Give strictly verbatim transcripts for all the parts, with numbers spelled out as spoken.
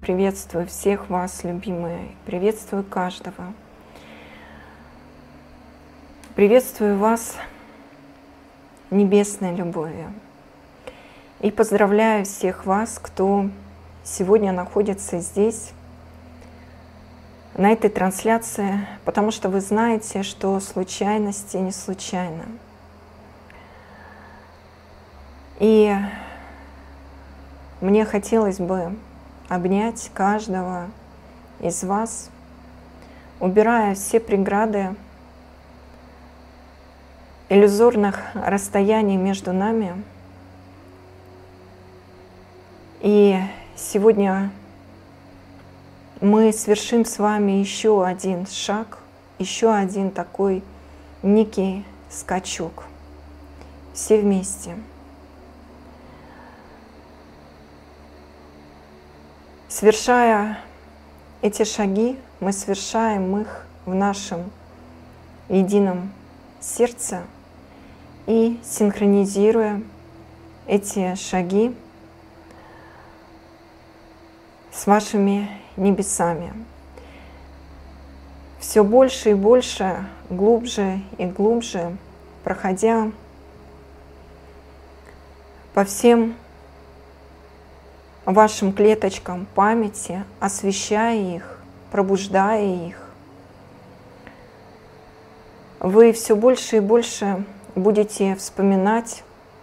приветствую всех вас, любимые, приветствую каждого. Приветствую вас небесной любовью. И поздравляю всех вас, кто сегодня находится здесь, на этой трансляции, потому что вы знаете, что случайности не случайно. И мне хотелось бы обнять каждого из вас, убирая все преграды иллюзорных расстояний между нами. И сегодня мы совершим с вами еще один шаг, еще один такой некий скачок. Все вместе. Совершая эти шаги, мы совершаем их в нашем едином сердце и синхронизируя эти шаги с вашими небесами. Все больше и больше, глубже и глубже, проходя по всем вашим клеточкам памяти, освещая их, пробуждая их, вы все больше и больше будете вспоминать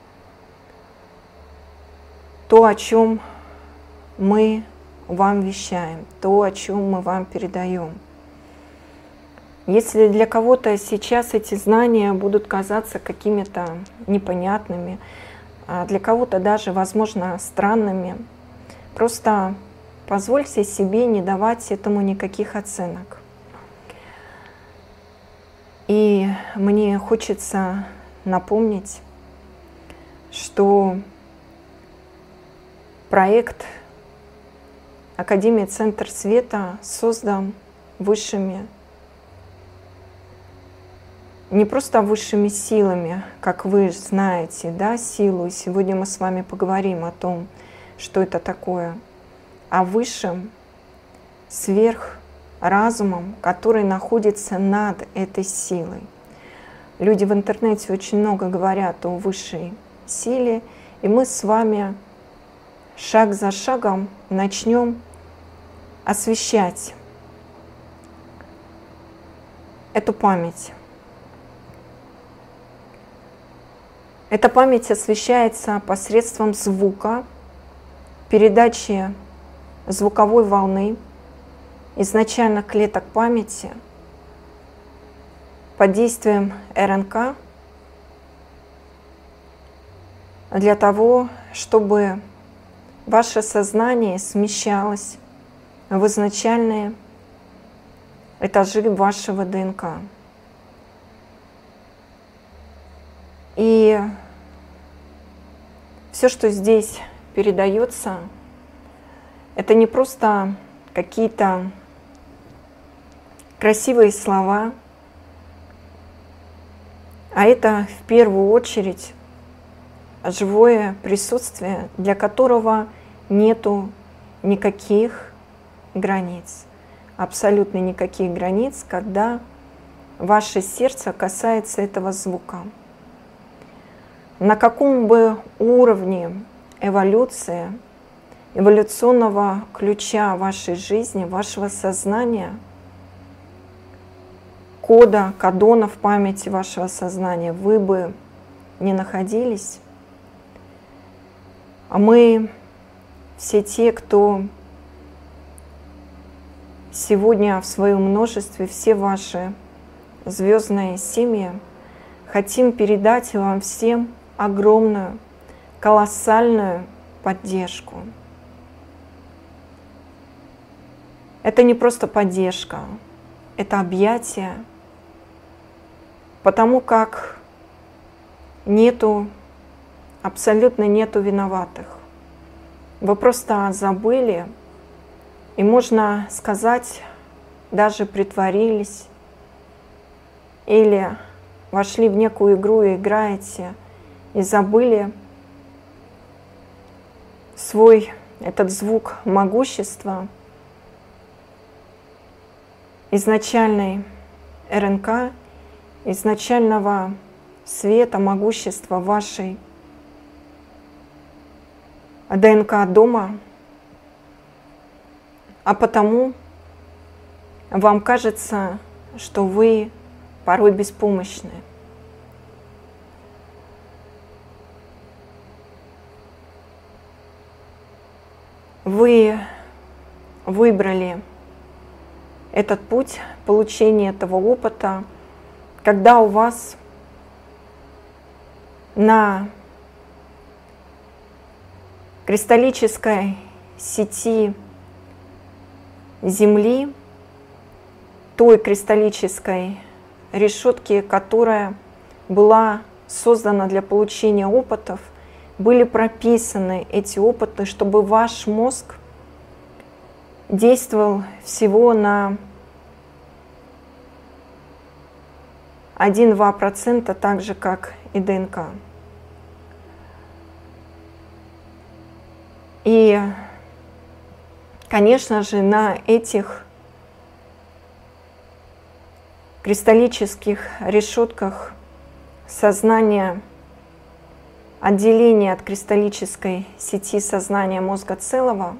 то, о чем мы вам вещаем, то, о чем мы вам передаем. Если для кого-то сейчас эти знания будут казаться какими-то непонятными, а для кого-то даже, возможно, странными, просто позвольте себе не давать этому никаких оценок. И мне хочется напомнить, что проект Академия Центр Света создан высшими, не просто высшими силами, как вы знаете, да, силу. И сегодня мы с вами поговорим о том, что это такое, а высшим сверхразумом, который находится над этой силой. Люди в интернете очень много говорят о высшей силе, и мы с вами шаг за шагом начнем освещать эту память. Эта память освещается посредством звука, передачи звуковой волны изначально клеток памяти под действием эр эн ка для того, чтобы ваше сознание смещалось в изначальные этажи вашего дэ эн ка. И все, что здесь передается, это не просто какие-то красивые слова, а это в первую очередь живое присутствие, для которого нету никаких границ, абсолютно никаких границ, когда ваше сердце касается этого звука. На каком бы уровне эволюции, эволюционного ключа вашей жизни, вашего сознания, кода, кодона в памяти вашего сознания вы бы не находились, а мы, все те, кто сегодня в своем множестве, все ваши звездные семьи, хотим передать вам всем огромную, колоссальную поддержку. Это не просто поддержка, это объятие, потому как нету, абсолютно нету виноватых. Вы просто забыли, и можно сказать, даже притворились, или вошли в некую игру и играете, и забыли свой этот звук могущества, изначальной эр эн ка, изначального света, могущества вашей дэ эн ка дома, а потому вам кажется, что вы порой беспомощны. Вы выбрали этот путь получения этого опыта, когда у вас на кристаллической сети Земли, той кристаллической решетки, которая была создана для получения опытов, были прописаны эти опыты, чтобы ваш мозг действовал всего на один-два процента, так же как и дэ эн ка. И, конечно же, на этих кристаллических решетках сознания, отделения от кристаллической сети сознания мозга целого,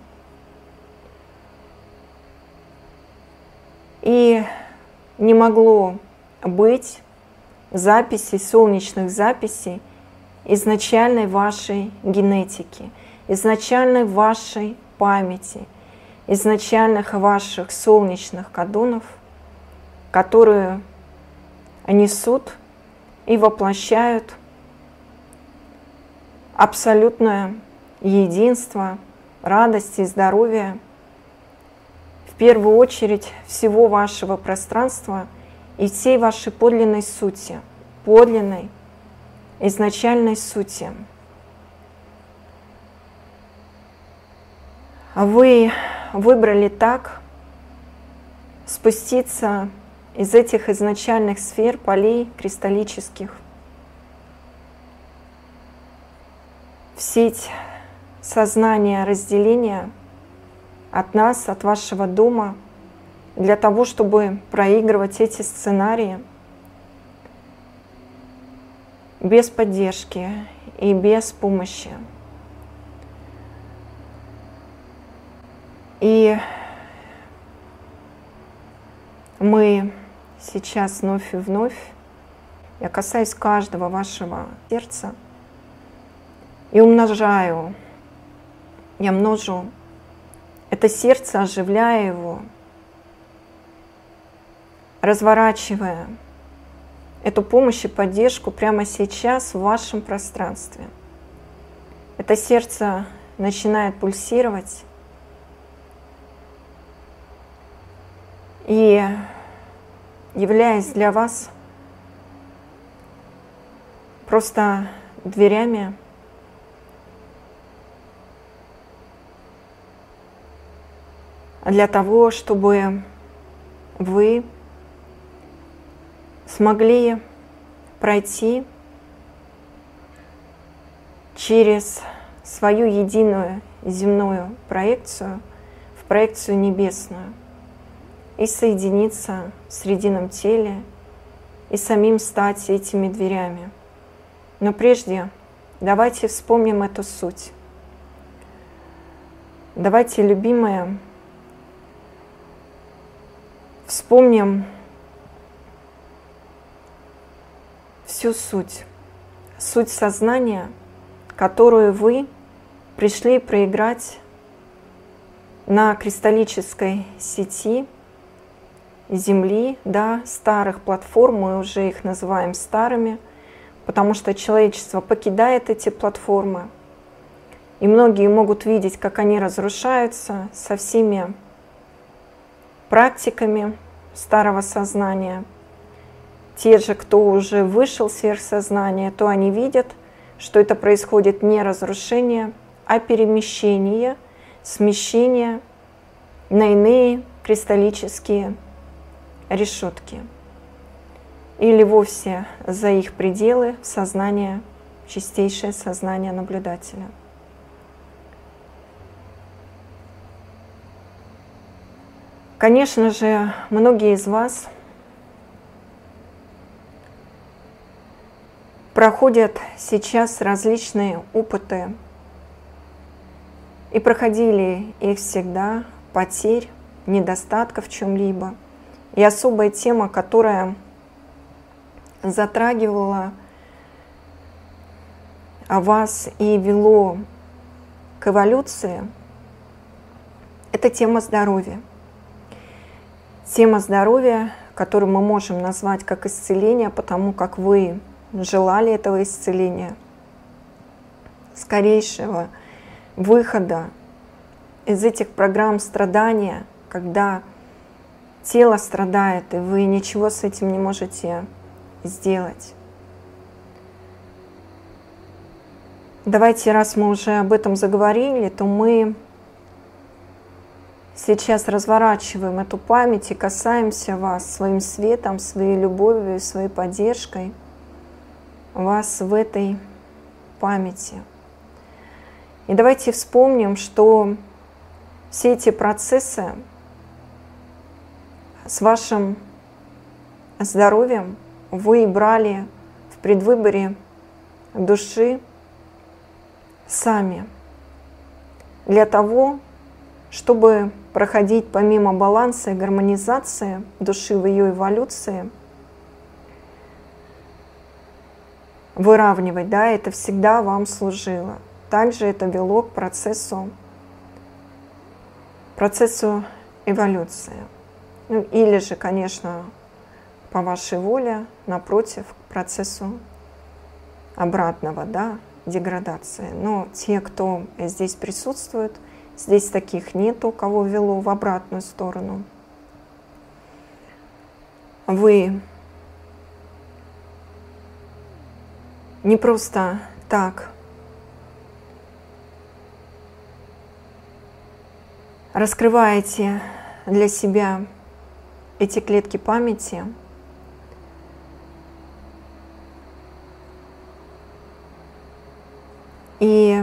и не могло быть записей, солнечных записей изначальной вашей генетики, изначальной вашей памяти, изначальных ваших солнечных кодонов, которые несут и воплощают абсолютное единство, радость и здоровье, в первую очередь всего вашего пространства и всей вашей подлинной сути, подлинной изначальной сути. Вы выбрали так спуститься из этих изначальных сфер, полей кристаллических в сеть сознания разделения от нас, от вашего дома, для того, чтобы проигрывать эти сценарии без поддержки и без помощи. И мы сейчас вновь и вновь, я касаюсь каждого вашего сердца и умножаю, я множу это сердце, оживляя его, разворачивая эту помощь и поддержку прямо сейчас в вашем пространстве. Это сердце начинает пульсировать, и являясь для вас просто дверями для того, чтобы вы смогли пройти через свою единую земную проекцию в проекцию небесную и соединиться в срединном теле и самим стать этими дверями. Но прежде давайте вспомним эту суть. Давайте, любимые, вспомним всю суть, суть сознания, которую вы пришли проиграть на кристаллической сети Земли, да, старых платформ, мы уже их называем старыми, потому что человечество покидает эти платформы, и многие могут видеть, как они разрушаются со всеми практиками старого сознания. Те же, кто уже вышел в сверхсознание, то они видят, что это происходит не разрушение, а перемещение, смещение на иные кристаллические решетки или вовсе за их пределы в сознание, чистейшее сознание наблюдателя. Конечно же, многие из вас проходят сейчас различные опыты и проходили их всегда, потерь, недостатков в чем-либо. И особая тема, которая затрагивала вас и вело к эволюции, это тема здоровья. Тема здоровья, которую мы можем назвать как исцеление, потому как вы желали этого исцеления, скорейшего выхода из этих программ страдания, когда тело страдает, и вы ничего с этим не можете сделать. Давайте, раз мы уже об этом заговорили, то мы сейчас разворачиваем эту память и касаемся вас своим светом, своей любовью, своей поддержкой, вас в этой памяти. И давайте вспомним, что все эти процессы с вашим здоровьем вы брали в предвыборе души сами, для того, чтобы проходить помимо баланса и гармонизации души в ее эволюции, выравнивать, да, это всегда вам служило. Также это вело к процессу, процессу эволюции. Ну, или же, конечно, по вашей воле, напротив, к процессу обратного, да, деградации. Но те, кто здесь присутствует, здесь таких нету, кого вело в обратную сторону. Вы не просто так раскрываете для себя эти клетки памяти, и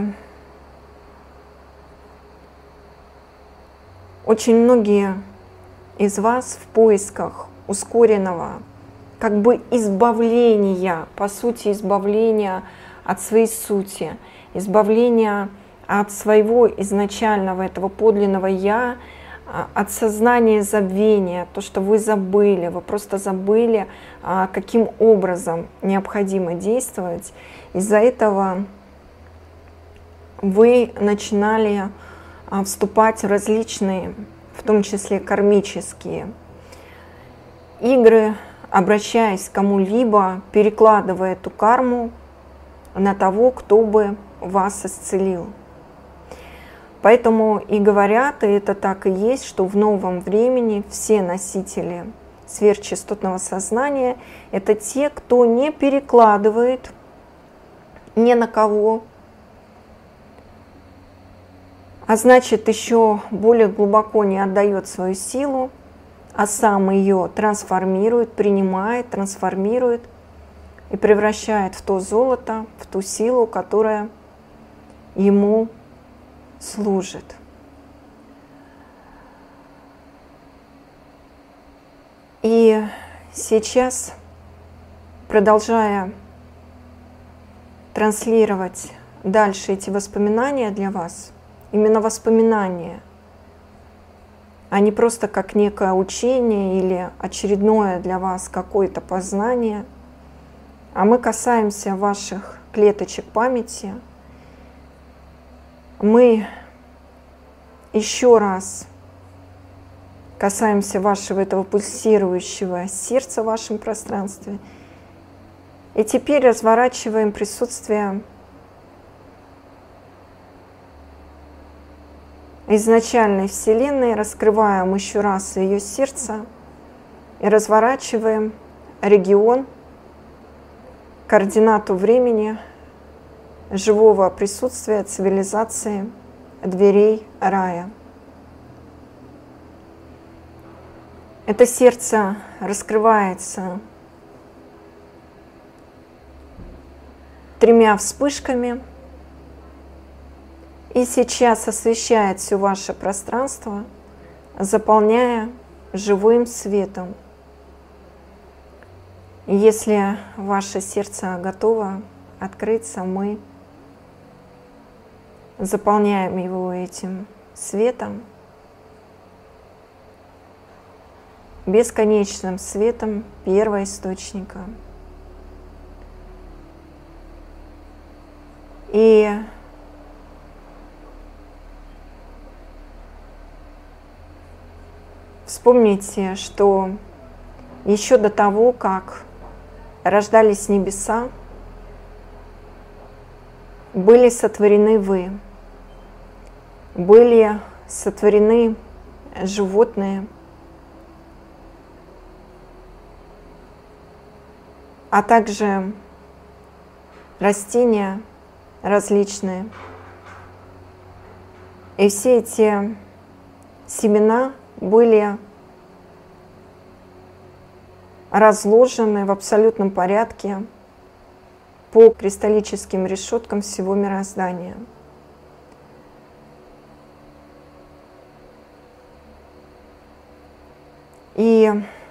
очень многие из вас в поисках ускоренного, как бы избавления, по сути, избавления от своей сути, избавления от своего изначального, этого подлинного «я», от сознания забвения, то, что вы забыли, вы просто забыли, каким образом необходимо действовать. Из-за этого вы начинали вступать в различные, в том числе кармические игры, обращаясь к кому-либо, перекладывая эту карму на того, кто бы вас исцелил. Поэтому и говорят, и это так и есть, что в новом времени все носители сверхчастотного сознания — это те, кто не перекладывает ни на кого, а значит, еще более глубоко не отдает свою силу, а сам ее трансформирует, принимает, трансформирует и превращает в то золото, в ту силу, которая ему служит. И сейчас, продолжая транслировать дальше эти воспоминания для вас, именно воспоминания, а не просто как некое учение или очередное для вас какое-то познание, а мы касаемся ваших клеточек памяти, мы еще раз касаемся вашего этого пульсирующего сердца в вашем пространстве. И теперь разворачиваем присутствие изначальной Вселенной, раскрываем еще раз ее сердце и разворачиваем регион, координату времени, живого присутствия, цивилизации, дверей рая. Это сердце раскрывается тремя вспышками и сейчас освещает все ваше пространство, заполняя живым светом. И если ваше сердце готово открыться, мы заполняем его этим светом, бесконечным светом первоисточника. И вспомните, что еще до того, как рождались небеса, были сотворены вы, были сотворены животные, а также растения различные. И все эти семена были разложены в абсолютном порядке по кристаллическим решеткам всего мироздания. И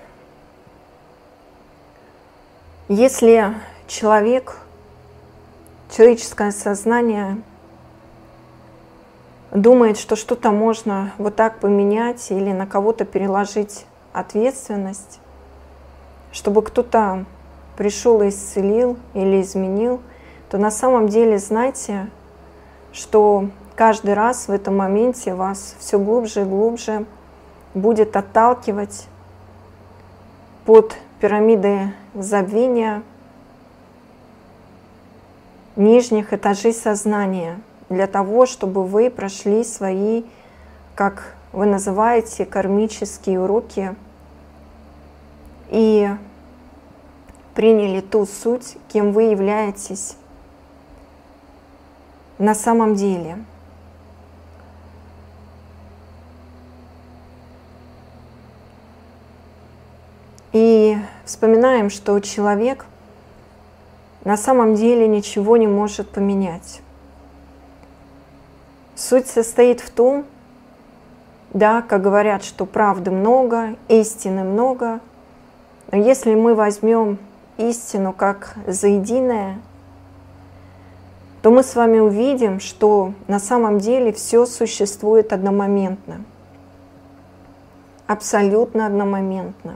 если человек, человеческое сознание думает, что что-то можно вот так поменять или на кого-то переложить ответственность, чтобы кто-то пришел и исцелил или изменил, то на самом деле знайте, что каждый раз в этом моменте вас все глубже и глубже будет отталкивать под пирамидой забвения нижних этажей сознания, для того, чтобы вы прошли свои, как вы называете, кармические уроки и приняли ту суть, кем вы являетесь на самом деле. И вспоминаем, что человек на самом деле ничего не может поменять. Суть состоит в том, да, как говорят, что правды много, истины много, но если мы возьмем истину как заединое, то мы с вами увидим, что на самом деле все существует одномоментно, абсолютно одномоментно.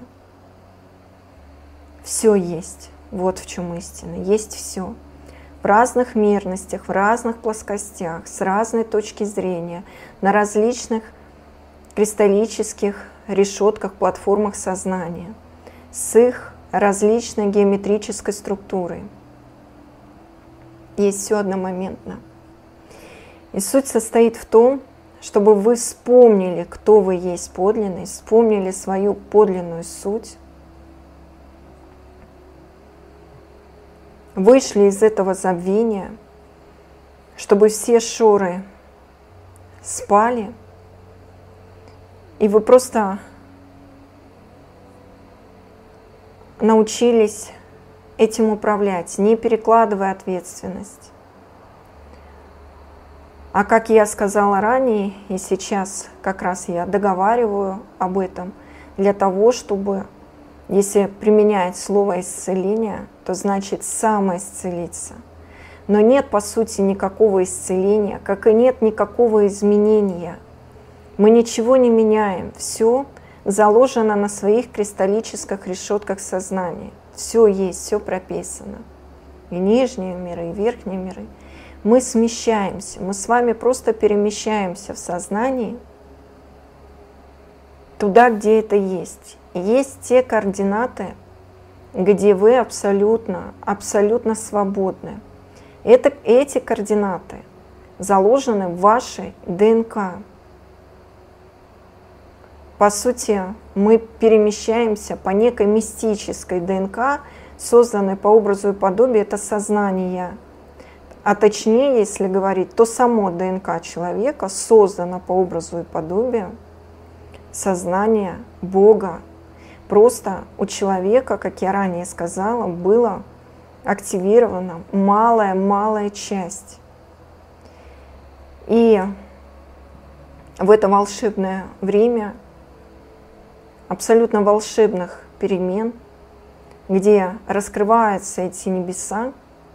Все есть. Вот в чем истина. Есть все. В разных мерностях, в разных плоскостях, с разной точки зрения, на различных кристаллических решетках, платформах сознания, с их различной геометрической структурой. Есть все одномоментно. И суть состоит в том, чтобы вы вспомнили, кто вы есть подлинный, вспомнили свою подлинную суть, вышли из этого забвения, чтобы все шоры спали, и вы просто научились этим управлять, не перекладывая ответственность. А как я сказала ранее, и сейчас как раз я договариваю об этом, для того, чтобы, если применять слово «исцеление», то значит самоисцелиться. Но нет, по сути, никакого исцеления, как и нет никакого изменения. Мы ничего не меняем, все заложено на своих кристаллических решетках сознания. Все есть, все прописано. И нижние миры, и верхние миры. Мы смещаемся, мы с вами просто перемещаемся в сознании туда, где это есть. И есть те координаты, где вы абсолютно, абсолютно свободны. Это, эти координаты заложены в вашей ДНК. По сути, мы перемещаемся по некой мистической ДНК, созданной по образу и подобию, это сознание. А точнее, если говорить, то само ДНК человека создано по образу и подобию сознания Бога. Просто у человека, как я ранее сказала, была активирована малая-малая часть. И в это волшебное время абсолютно волшебных перемен, где раскрываются эти небеса,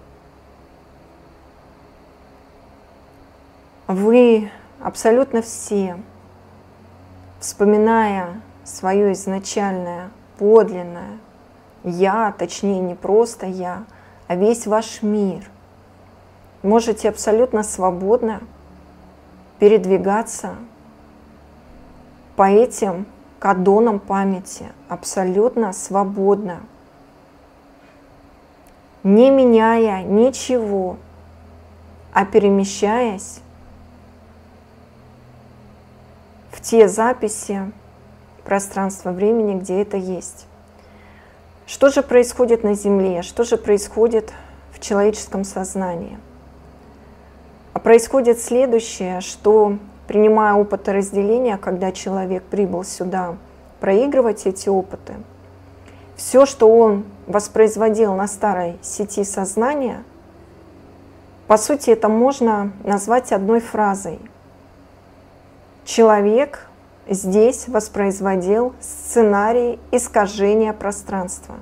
вы абсолютно все, вспоминая свое изначальное, подлинное «я», точнее не просто «я», а весь ваш мир, можете абсолютно свободно передвигаться по этим кадонам памяти, абсолютно свободно, не меняя ничего, а перемещаясь в те записи пространства-времени, где это есть. Что же происходит на Земле? Что же происходит в человеческом сознании? А происходит следующее, что, принимая опыты разделения, когда человек прибыл сюда проигрывать эти опыты, все, что он воспроизводил на старой сети сознания, по сути, это можно назвать одной фразой. Человек здесь воспроизводил сценарий искажения пространства.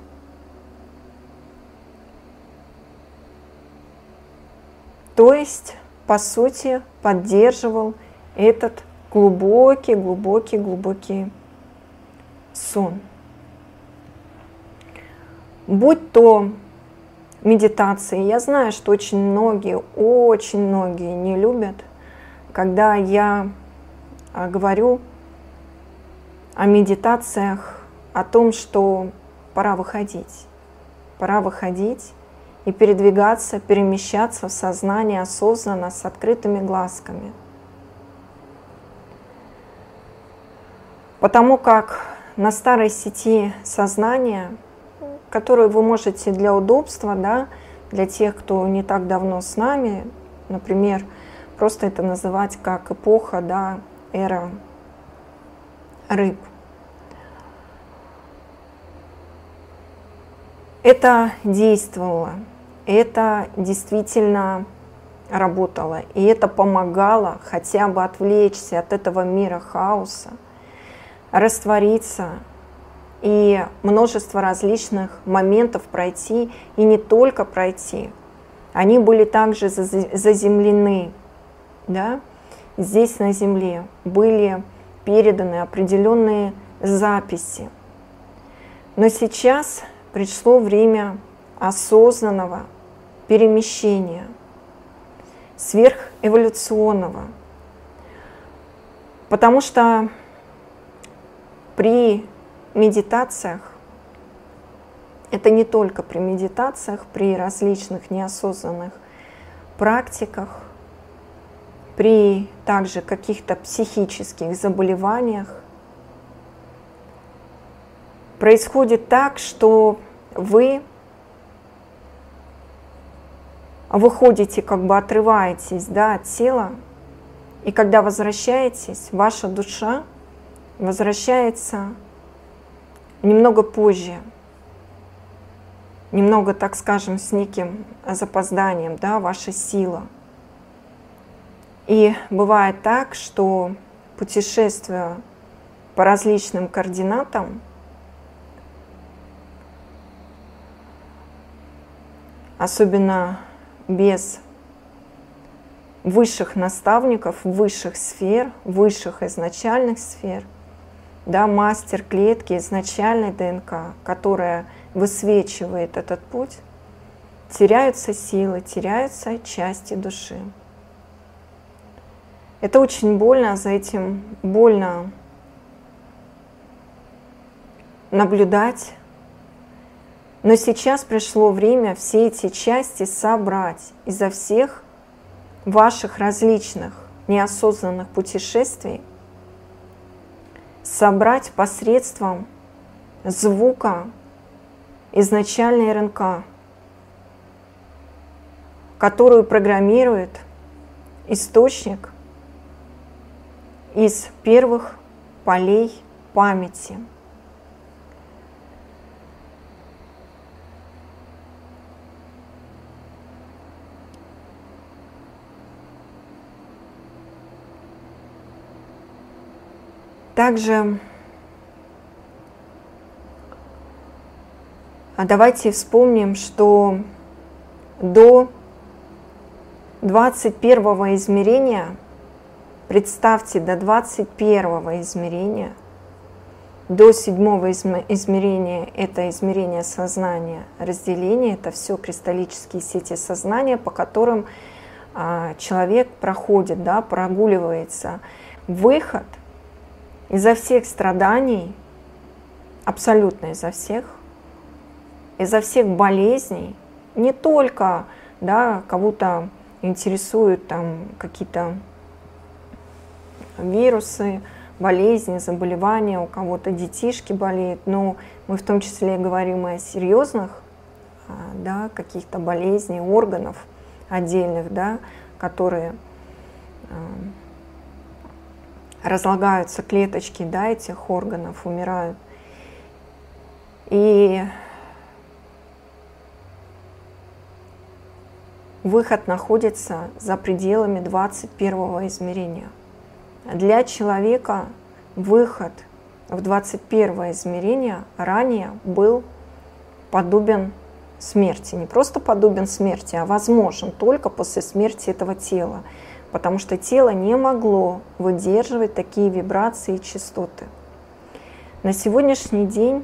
То есть, по сути, поддерживал этот глубокий, глубокий, глубокий сон. Будь то медитации, я знаю, что очень многие, очень многие не любят, когда я говорю о медитациях, о том, что пора выходить, пора выходить и передвигаться, перемещаться в сознании осознанно, с открытыми глазками. Потому как на старой сети сознания, которую вы можете для удобства, да, для тех, кто не так давно с нами, например, просто это называть как эпоха, да, эра рыб. Это действовало, это действительно работало, и это помогало хотя бы отвлечься от этого мира хаоса, раствориться и множество различных моментов пройти, и не только пройти. Они были также заземлены, да? Здесь на Земле были переданы определенные записи. Но сейчас пришло время осознанного перемещения, сверхэволюционного. Потому что при медитациях, это не только при медитациях, при различных неосознанных практиках, при также каких-то психических заболеваниях, происходит так, что вы выходите, как бы отрываетесь, да, от тела, и когда возвращаетесь, ваша душа возвращается немного позже, немного, так скажем, с неким запозданием, да, ваша сила. И бывает так, что, путешествуя по различным координатам, особенно без высших наставников, высших сфер, высших изначальных сфер, да, мастер клетки изначальной ДНК, которая высвечивает этот путь, теряются силы, теряются части души. Это очень больно, за этим больно наблюдать. Но сейчас пришло время все эти части собрать изо всех ваших различных неосознанных путешествий, собрать посредством звука изначальной РНК, которую программирует источник из первых полей памяти. Также А давайте вспомним, что до двадцать первого измерения, представьте, до двадцать первого измерения, до седьмого измерения, это измерение сознания, разделение, это все кристаллические сети сознания, по которым а, человек проходит, да, прогуливается. Выход изо всех страданий, абсолютно изо всех, изо всех болезней, не только, да, кого-то интересуют там какие-то вирусы, болезни, заболевания, у кого-то детишки болеют, но мы в том числе говорим и о серьезных, да, каких-то болезней, органов отдельных, да, которые разлагаются, клеточки, да, этих органов умирают. И выход находится за пределами двадцать первого измерения. Для человека выход в двадцать первое измерение ранее был подобен смерти. Не просто подобен смерти, а возможен только после смерти этого тела, потому что тело не могло выдерживать такие вибрации и частоты. На сегодняшний день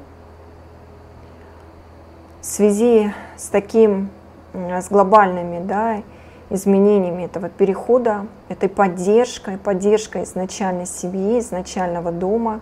в связи с таким, с глобальными, да, изменениями этого перехода, этой поддержкой, поддержкой изначальной семьи, изначального дома,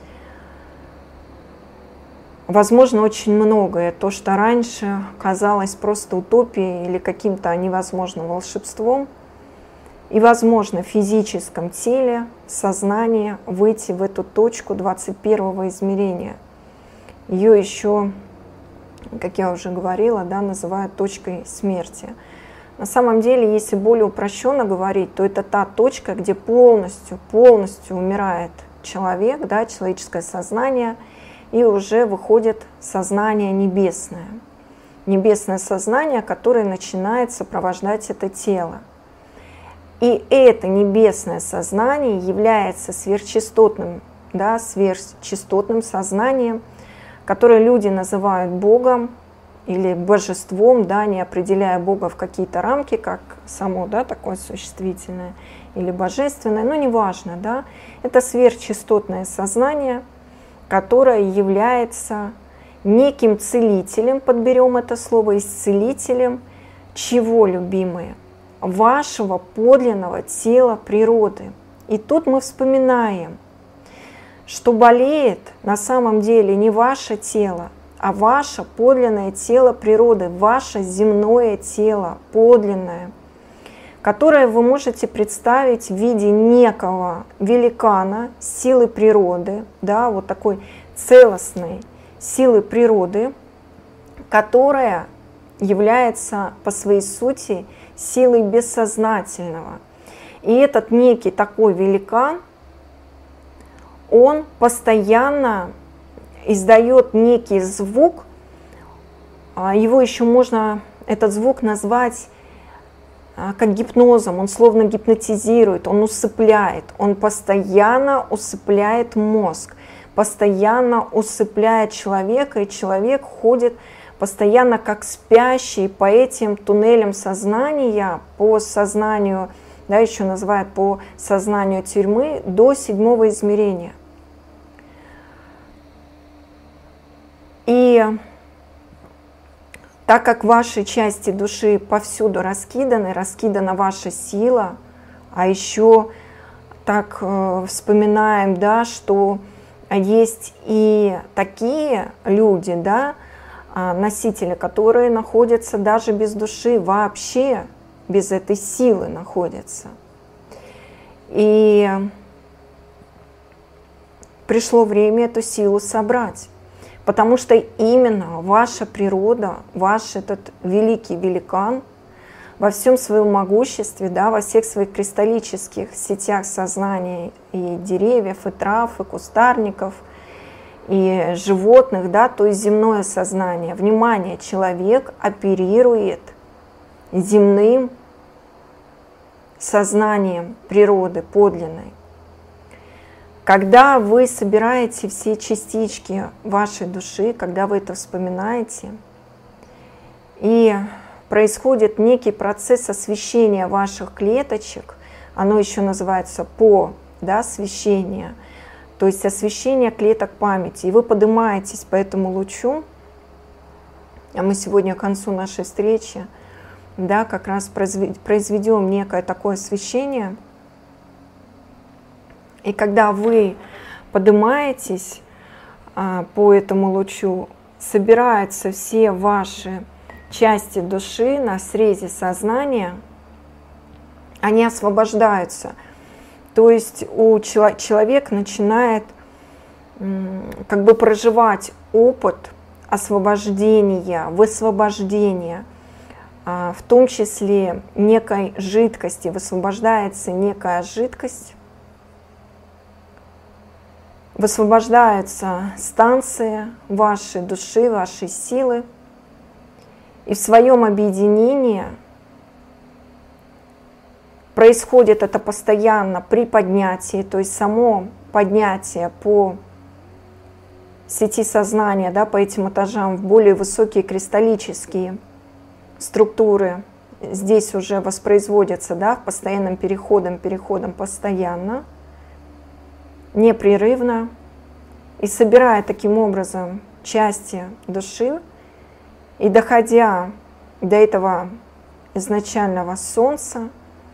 возможно, очень многое, то, что раньше казалось просто утопией или каким-то невозможным волшебством, и возможно в физическом теле, сознании выйти в эту точку двадцать первого измерения. Ее еще, как я уже говорила, да, называют точкой смерти. На самом деле, если более упрощенно говорить, то это та точка, где полностью, полностью умирает человек, да, человеческое сознание, и уже выходит сознание небесное. Небесное сознание, которое начинает сопровождать это тело. И это небесное сознание является сверхчастотным, да, сверхчастотным сознанием, которое люди называют Богом или божеством, да, не определяя Бога в какие-то рамки, как само, да, такое существительное, или божественное, но неважно, да, это сверхчастотное сознание, которое является неким целителем, подберем это слово, исцелителем, чего, любимые? Вашего подлинного тела природы. И тут мы вспоминаем, что болеет на самом деле не ваше тело, а ваше подлинное тело природы, ваше земное тело подлинное, которое вы можете представить в виде некого великана, силы природы, да, вот такой целостной силы природы, которая является по своей сути силой бессознательного. И этот некий такой великан, он постоянно издает некий звук, его еще можно, этот звук, назвать как гипнозом, он словно гипнотизирует, он усыпляет, он постоянно усыпляет мозг, постоянно усыпляет человека, и человек ходит постоянно как спящий по этим туннелям сознания, по сознанию, да, еще называют по сознанию тюрьмы, до седьмого измерения. И так как ваши части души повсюду раскиданы, раскидана ваша сила, а еще так э, вспоминаем, да, что есть и такие люди, да, носители, которые находятся даже без души, вообще без этой силы находятся. И пришло время эту силу собрать. Потому что именно ваша природа, ваш этот великий великан во всем своем могуществе, да, во всех своих кристаллических сетях сознания и деревьев, и трав, и кустарников, и животных, да, то есть земное сознание. Внимание, человек оперирует земным сознанием природы подлинной. Когда вы собираете все частички вашей души, когда вы это вспоминаете, и происходит некий процесс освещения ваших клеточек, оно еще называется по, да, освещение, то есть освещение клеток памяти, и вы поднимаетесь по этому лучу, а мы сегодня к концу нашей встречи, да, как раз произведем некое такое освещение. И когда вы поднимаетесь а, по этому лучу, собираются все ваши части души на срезе сознания, они освобождаются. То есть у чело- человек начинает м, как бы проживать опыт освобождения, высвобождения, а, в том числе некой жидкости, высвобождается некая жидкость, высвобождаются станции вашей души, вашей силы, и в своем объединении происходит это постоянно при поднятии, то есть само поднятие по сети сознания, да, по этим этажам в более высокие кристаллические структуры здесь уже воспроизводятся, да, постоянным переходом, переходом постоянно, непрерывно, и собирая таким образом части души, и доходя до этого изначального солнца,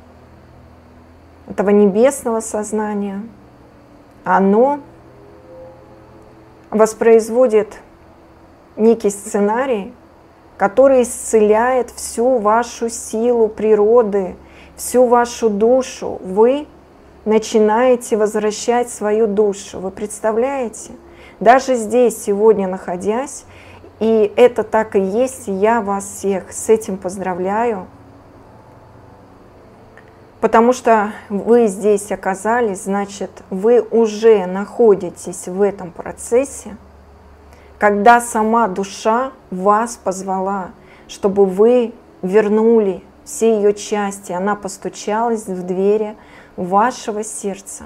этого небесного сознания, оно воспроизводит некий сценарий, который исцеляет всю вашу силу природы, всю вашу душу. Вы начинаете возвращать свою душу. Вы представляете? Даже здесь, сегодня находясь, и это так и есть, и я вас всех с этим поздравляю, потому что вы здесь оказались, значит, вы уже находитесь в этом процессе, когда сама душа вас позвала, чтобы вы вернули все ее части. Она постучалась в двери вашего сердца,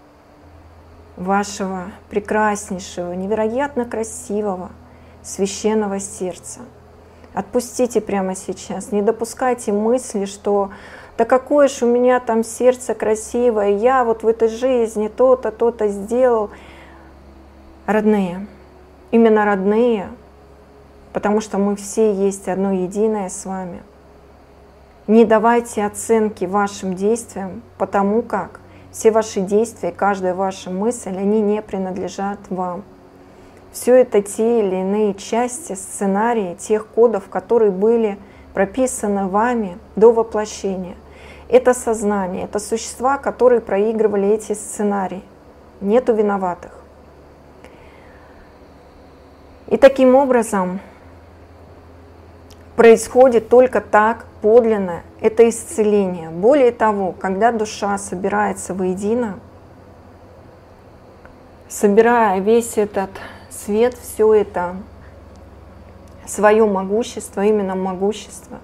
вашего прекраснейшего, невероятно красивого, священного сердца. Отпустите прямо сейчас, не допускайте мысли, что да какое ж у меня там сердце красивое, я вот в этой жизни то-то, то-то сделал. Родные, именно родные, потому что мы все есть одно единое с вами. Не давайте оценки вашим действиям, потому как все ваши действия, каждая ваша мысль, они не принадлежат вам. Все это те или иные части, сценарии тех кодов, которые были прописаны вами до воплощения. Это сознание, это существа, которые проигрывали эти сценарии. Нету виноватых. И таким образом происходит только так подлинно это исцеление. Более того, когда душа собирается воедино, собирая весь этот свет, все это свое могущество, именно могущество,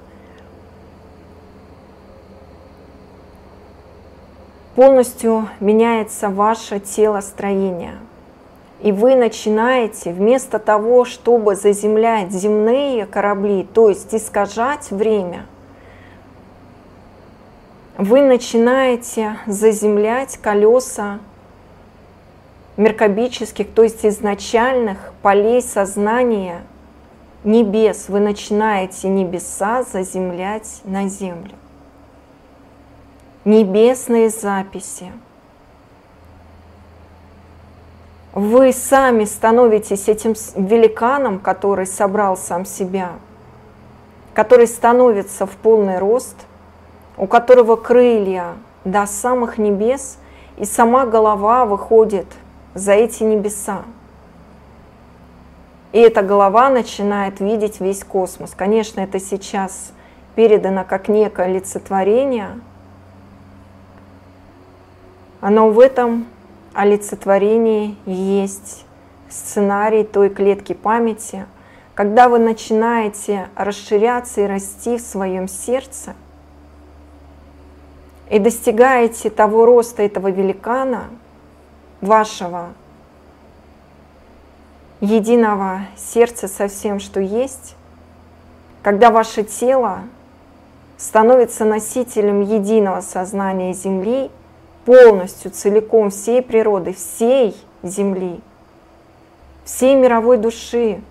полностью меняется ваше телостроение. И вы начинаете, вместо того, чтобы заземлять земные корабли, то есть искажать время, вы начинаете заземлять колеса меркабических, то есть изначальных полей сознания небес. Вы начинаете небеса заземлять на землю. Небесные записи. Вы сами становитесь этим великаном, который собрал сам себя, который становится в полный рост, у которого крылья до самых небес, и сама голова выходит за эти небеса. И эта голова начинает видеть весь космос. Конечно, это сейчас передано как некое олицетворение, но в этом олицетворении есть сценарий той клетки памяти, когда вы начинаете расширяться и расти в своем сердце и достигаете того роста этого великана, вашего единого сердца со всем, что есть, когда ваше тело становится носителем единого сознания Земли, полностью, целиком всей природы, всей Земли, всей мировой души,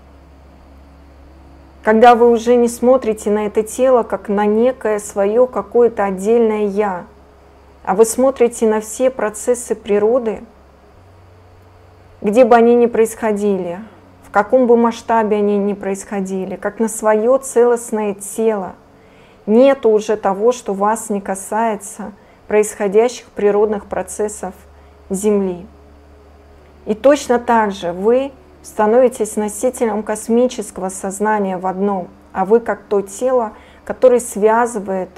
когда вы уже не смотрите на это тело как на некое свое какое-то отдельное «я», а вы смотрите на все процессы природы, где бы они ни происходили, в каком бы масштабе они ни происходили, как на свое целостное тело. Нет уже того, что вас не касается происходящих природных процессов Земли. И точно так же вы становитесь носителем космического сознания в одном, а вы как то тело, которое связывает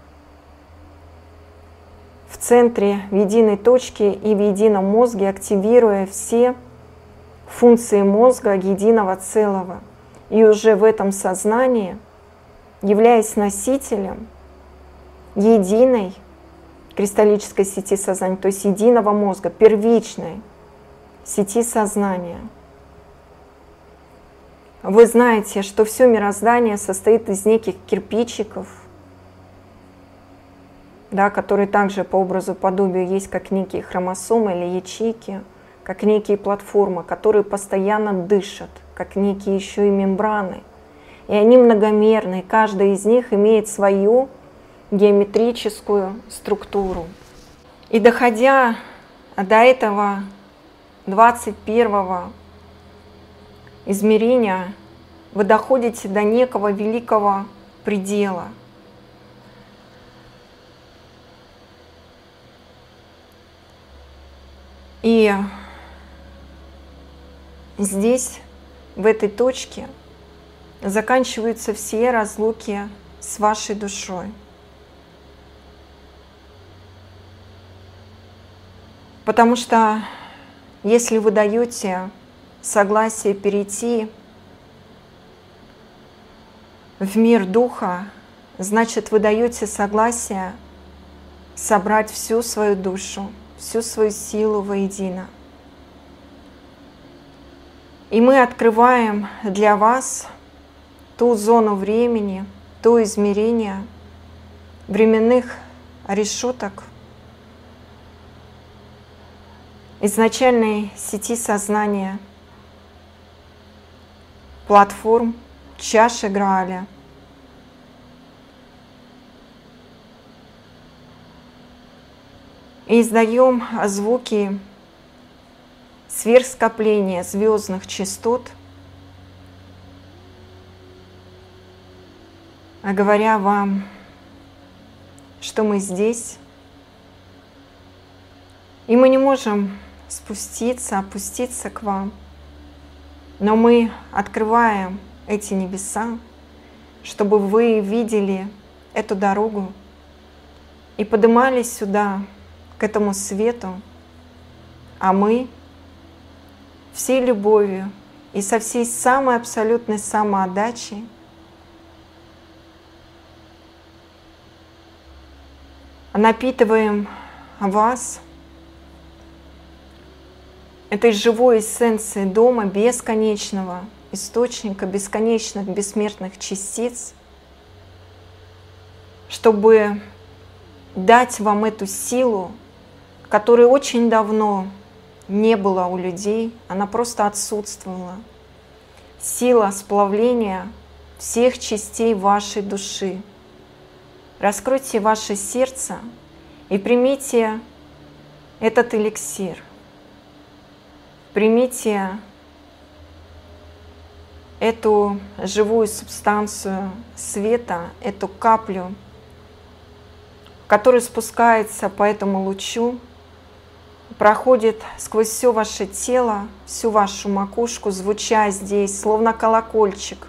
в центре, в единой точке и в едином мозге, активируя все функции мозга единого целого. И уже в этом сознании, являясь носителем единой кристаллической сети сознания, то есть единого мозга, первичной сети сознания, вы знаете, что все мироздание состоит из неких кирпичиков, да, которые также по образу подобию есть как некие хромосомы или ячейки, как некие платформы, которые постоянно дышат, как некие еще и мембраны. И они многомерны, каждая из них имеет свою геометрическую структуру. И доходя до этого двадцать первого измерения, вы доходите до некого великого предела. И здесь, в этой точке, заканчиваются все разлуки с вашей душой. Потому что если вы даете согласие перейти в мир духа, значит, вы даете согласие собрать всю свою душу, всю свою силу воедино. И мы открываем для вас ту зону времени, то измерение временных решеток изначальной сети сознания, платформ чаши Грааля. И издаем звуки сверхскопления звездных частот, говоря вам, что мы здесь, и мы не можем спуститься, опуститься к вам, но мы открываем эти небеса, чтобы вы видели эту дорогу и поднимались сюда, к этому свету, а мы всей любовью и со всей самой абсолютной самоотдачей напитываем вас этой живой эссенцией дома бесконечного источника, бесконечных бессмертных частиц, чтобы дать вам эту силу, которой очень давно не было у людей, она просто отсутствовала. Сила сплавления всех частей вашей души. Раскройте ваше сердце и примите этот эликсир. Примите эту живую субстанцию света, эту каплю, которая спускается по этому лучу, проходит сквозь все ваше тело, всю вашу макушку, звуча здесь, словно колокольчик,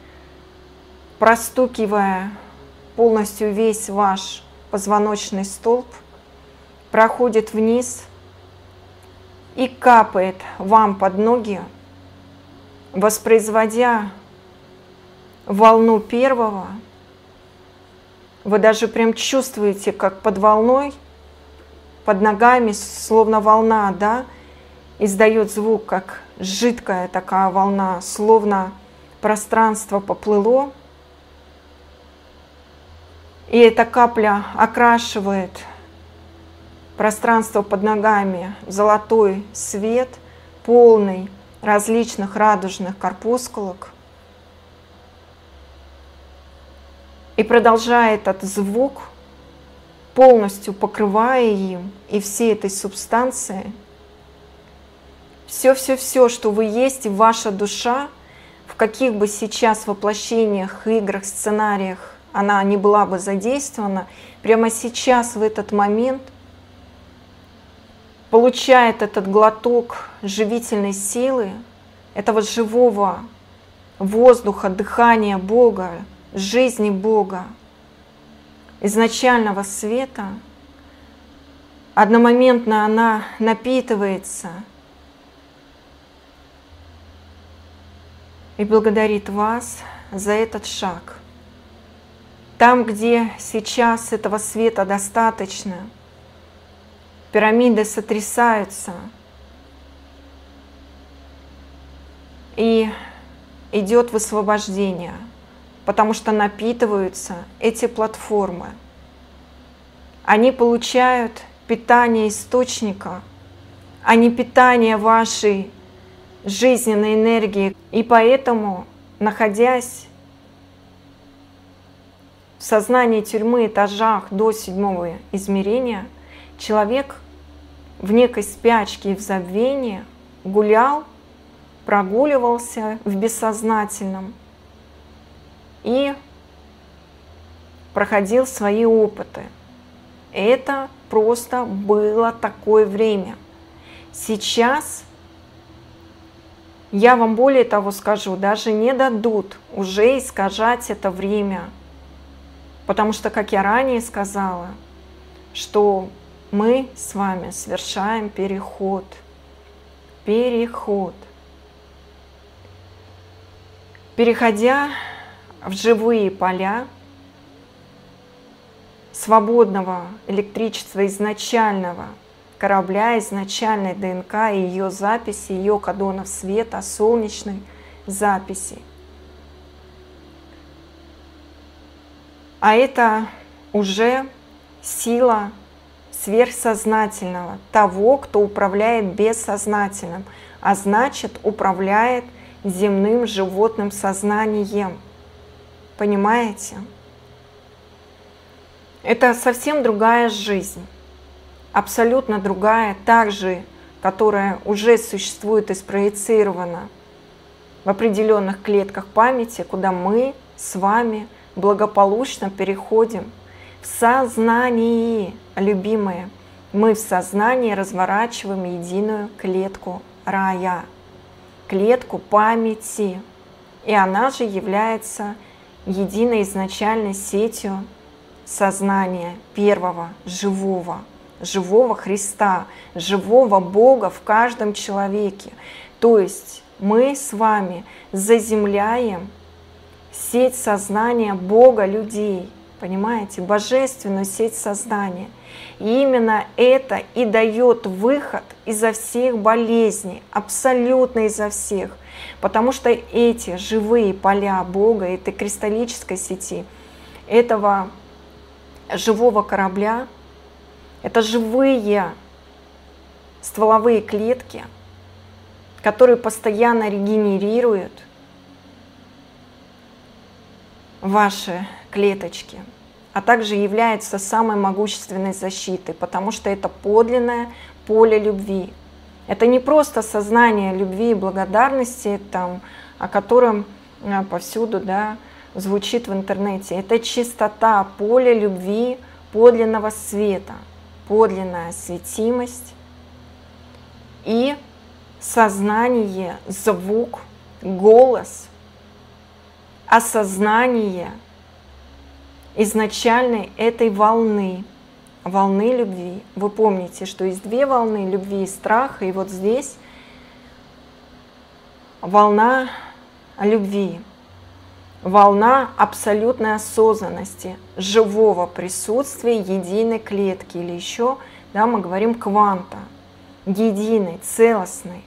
простукивая полностью весь ваш позвоночный столб, проходит вниз и капает вам под ноги, воспроизводя волну первого. Вы даже прям чувствуете, как под волной, под ногами, словно волна, да, издает звук, как жидкая такая волна, словно пространство поплыло, и эта капля окрашивает пространство под ногами в золотой свет, полный различных радужных корпускулок, и продолжает этот звук, полностью покрывая им и всей этой субстанцией все-все-все, что вы есть, и ваша душа, в каких бы сейчас воплощениях, играх, сценариях она не была бы задействована, прямо сейчас, в этот момент, получает этот глоток живительной силы, этого живого воздуха, дыхания Бога, жизни Бога, изначального света. Одномоментно она напитывается и благодарит вас за этот шаг. Там, где сейчас этого света достаточно, пирамиды сотрясаются, и идет высвобождение, потому что напитываются эти платформы. Они получают питание источника, а не питание вашей жизненной энергии. И поэтому, находясь в сознании тюрьмы, этажах до седьмого измерения, человек в некой спячке и в забвении гулял, прогуливался в бессознательном и проходил свои опыты. Это просто было такое время. Сейчас, я вам более того скажу, даже не дадут уже искажать это время. Потому что, как я ранее сказала, что мы с вами совершаем переход. Переход. Переходя в живые поля свободного электричества изначального корабля, изначальной ДНК и ее записи, ее кодонов света, солнечной записи. А это уже сила сверхсознательного, того, кто управляет бессознательным, а значит, управляет земным животным сознанием. Понимаете? Это совсем другая жизнь, абсолютно другая, также, которая уже существует и спроецирована в определенных клетках памяти, куда мы с вами благополучно переходим в сознании, любимые. Мы в сознании разворачиваем единую клетку рая, клетку памяти, и она же является единой изначальной сетью сознания первого живого, живого Христа, живого Бога в каждом человеке. То есть мы с вами заземляем сеть сознания Бога людей, понимаете, божественную сеть сознания. И именно это и дает выход изо всех болезней, абсолютно изо всех. Потому что эти живые поля Бога, этой кристаллической сети, этого живого корабля, это живые стволовые клетки, которые постоянно регенерируют ваши клеточки, а также являются самой могущественной защитой, потому что это подлинное поле любви. Это не просто сознание любви и благодарности, там, о котором повсюду, да, звучит в интернете. Это чистота, поле любви, подлинного света, подлинная светимость и сознание, звук, голос, осознание изначальной этой волны, волны любви. Вы помните, что есть две волны любви и страха, и вот здесь волна любви, волна абсолютной осознанности, живого присутствия единой клетки, или еще, да, мы говорим кванта, единой, целостной.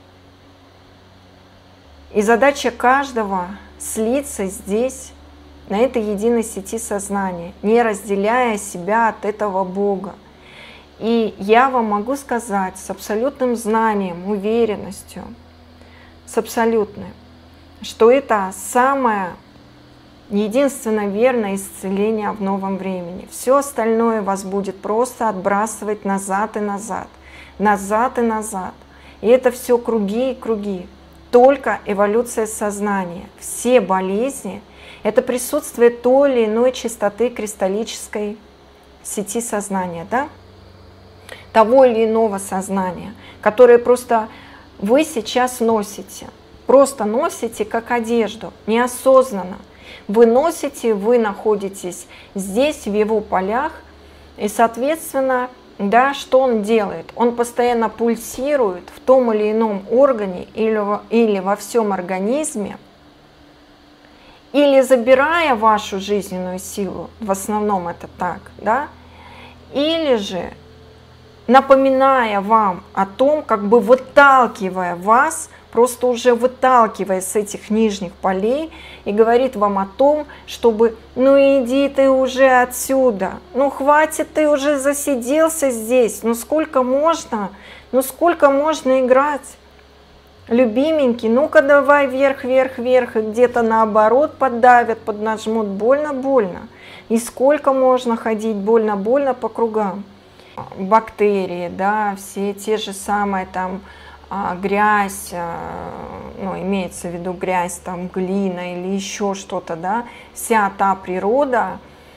И задача каждого слиться здесь, на этой единой сети сознания, не разделяя себя от этого Бога. И я вам могу сказать с абсолютным знанием, уверенностью, с абсолютным, что это самое единственно верное исцеление в новом времени. Все остальное вас будет просто отбрасывать назад и назад, назад и назад. И это все круги и круги. Только эволюция сознания. Все болезни – это присутствие той или иной частоты кристаллической сети сознания, да? Того или иного сознания, которое просто вы сейчас носите. Просто носите как одежду, неосознанно. Вы носите, вы находитесь здесь, в его полях, и, соответственно, да, что он делает? Он постоянно пульсирует в том или ином органе или, или во всем организме, или забирая вашу жизненную силу, в основном это так, да, или же напоминая вам о том, как бы выталкивая вас, просто уже выталкивая с этих нижних полей, и говорит вам о том, чтобы, ну иди ты уже отсюда, ну хватит, ты уже засиделся здесь, ну сколько можно, ну сколько можно играть, любименький, ну-ка давай вверх, вверх, вверх, и где-то наоборот поддавят, поднажмут, больно-больно, и сколько можно ходить больно-больно по кругам. Бактерии, да, все те же самые там, грязь, ну, имеется в виду грязь, там, глина или еще что-то, да, вся та природа,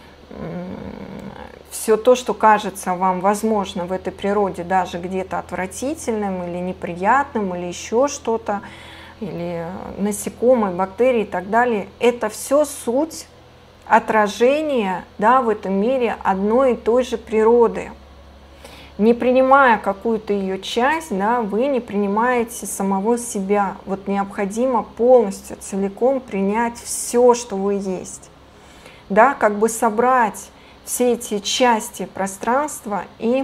все то, что кажется вам возможно в этой природе, даже где-то отвратительным или неприятным, или еще что-то, или насекомые, бактерии и так далее, это все суть отражения, да, в этом мире одной и той же природы. Не принимая какую-то ее часть, да, вы не принимаете самого себя. Вот необходимо полностью, целиком принять все, что вы есть. Да, как бы собрать все эти части пространства и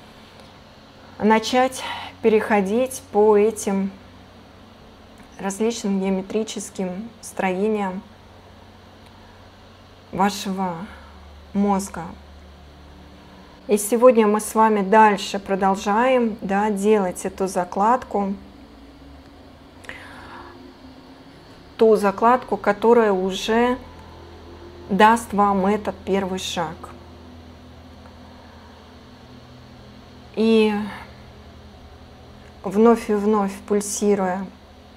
начать переходить по этим различным геометрическим строениям вашего мозга. И сегодня мы с вами дальше продолжаем, да, делать эту закладку, ту закладку, которая уже даст вам этот первый шаг. И вновь и вновь пульсируя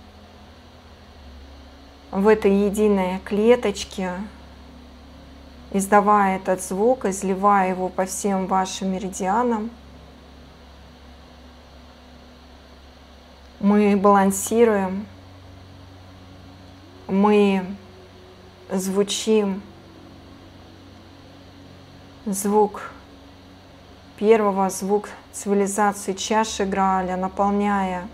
в этой единой клеточке, издавая этот звук, изливая его по всем вашим меридианам, мы балансируем, мы звучим звук первого, звук цивилизации чаши Грааля, наполняя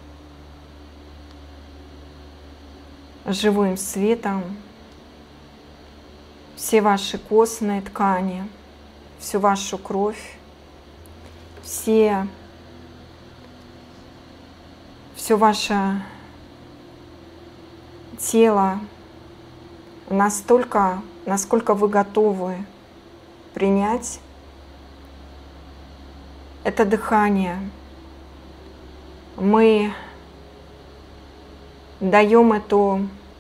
живым светом все ваши костные ткани, всю вашу кровь, все, все ваше тело настолько, насколько вы готовы принять это дыхание. Мы даем эту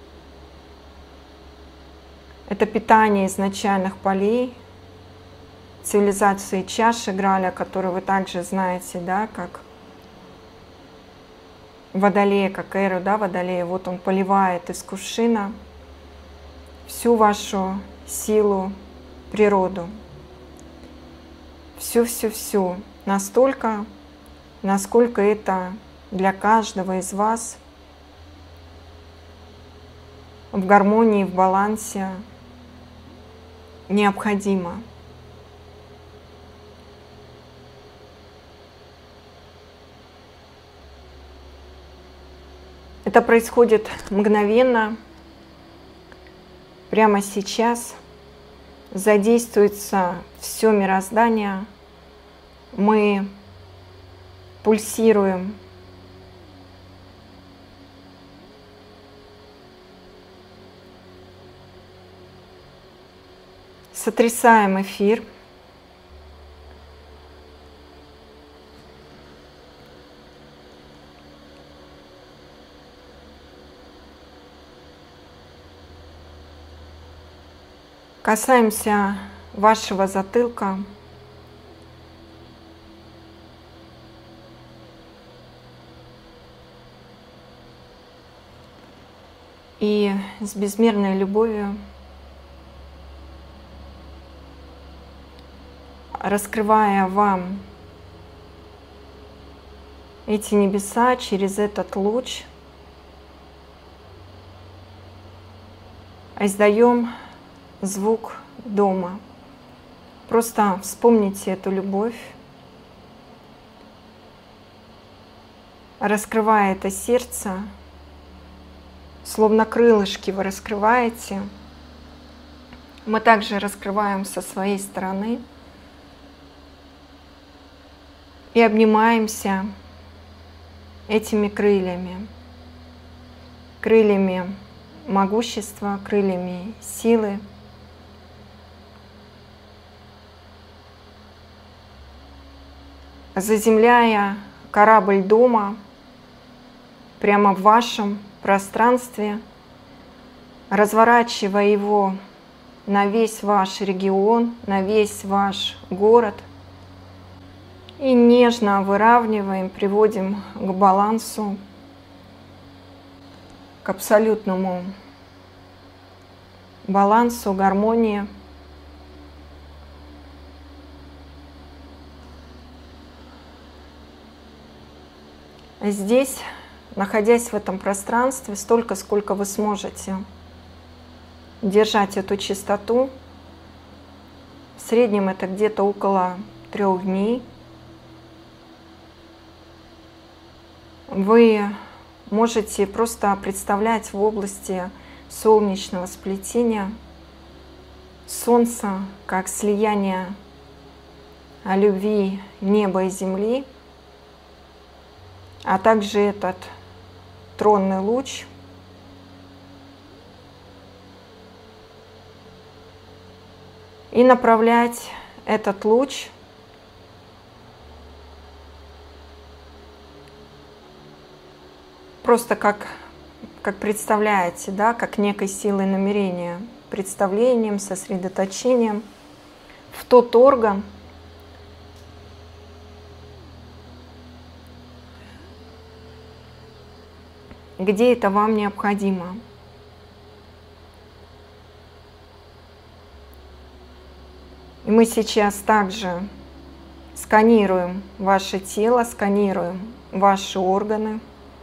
Это питание изначальных полей, цивилизации чаши Грааля, которую вы также знаете, да, как Водолея, как Эру, да, Водолея. Вот он поливает из кувшина всю вашу силу, природу. Всю-всю-всю. Настолько, насколько это для каждого из вас в гармонии, в балансе необходимо. Это происходит мгновенно, прямо сейчас. Задействуется все мироздание. Мы пульсируем сотрясаем эфир. Касаемся вашего затылка. И с безмерной любовью раскрывая вам эти небеса через этот луч, издаем звук дома. Просто вспомните эту любовь, раскрывая это сердце, словно крылышки вы раскрываете. Мы также раскрываем со своей стороны и обнимаемся этими крыльями, крыльями могущества, крыльями силы. Заземляя корабль дома прямо в вашем пространстве, разворачивая его на весь ваш регион, на весь ваш город, и нежно выравниваем, приводим к балансу, к абсолютному балансу, гармонии. Здесь, находясь в этом пространстве, столько, сколько вы сможете держать эту чистоту, в среднем это где-то около трех дней, вы можете просто представлять в области солнечного сплетения Солнца как слияние любви неба и земли, а также этот тронный луч и направлять этот луч просто как, как представляете, да, как некой силой намерения, представлением, сосредоточением в тот орган, где это вам необходимо. И мы сейчас также сканируем ваше тело, сканируем ваши органы.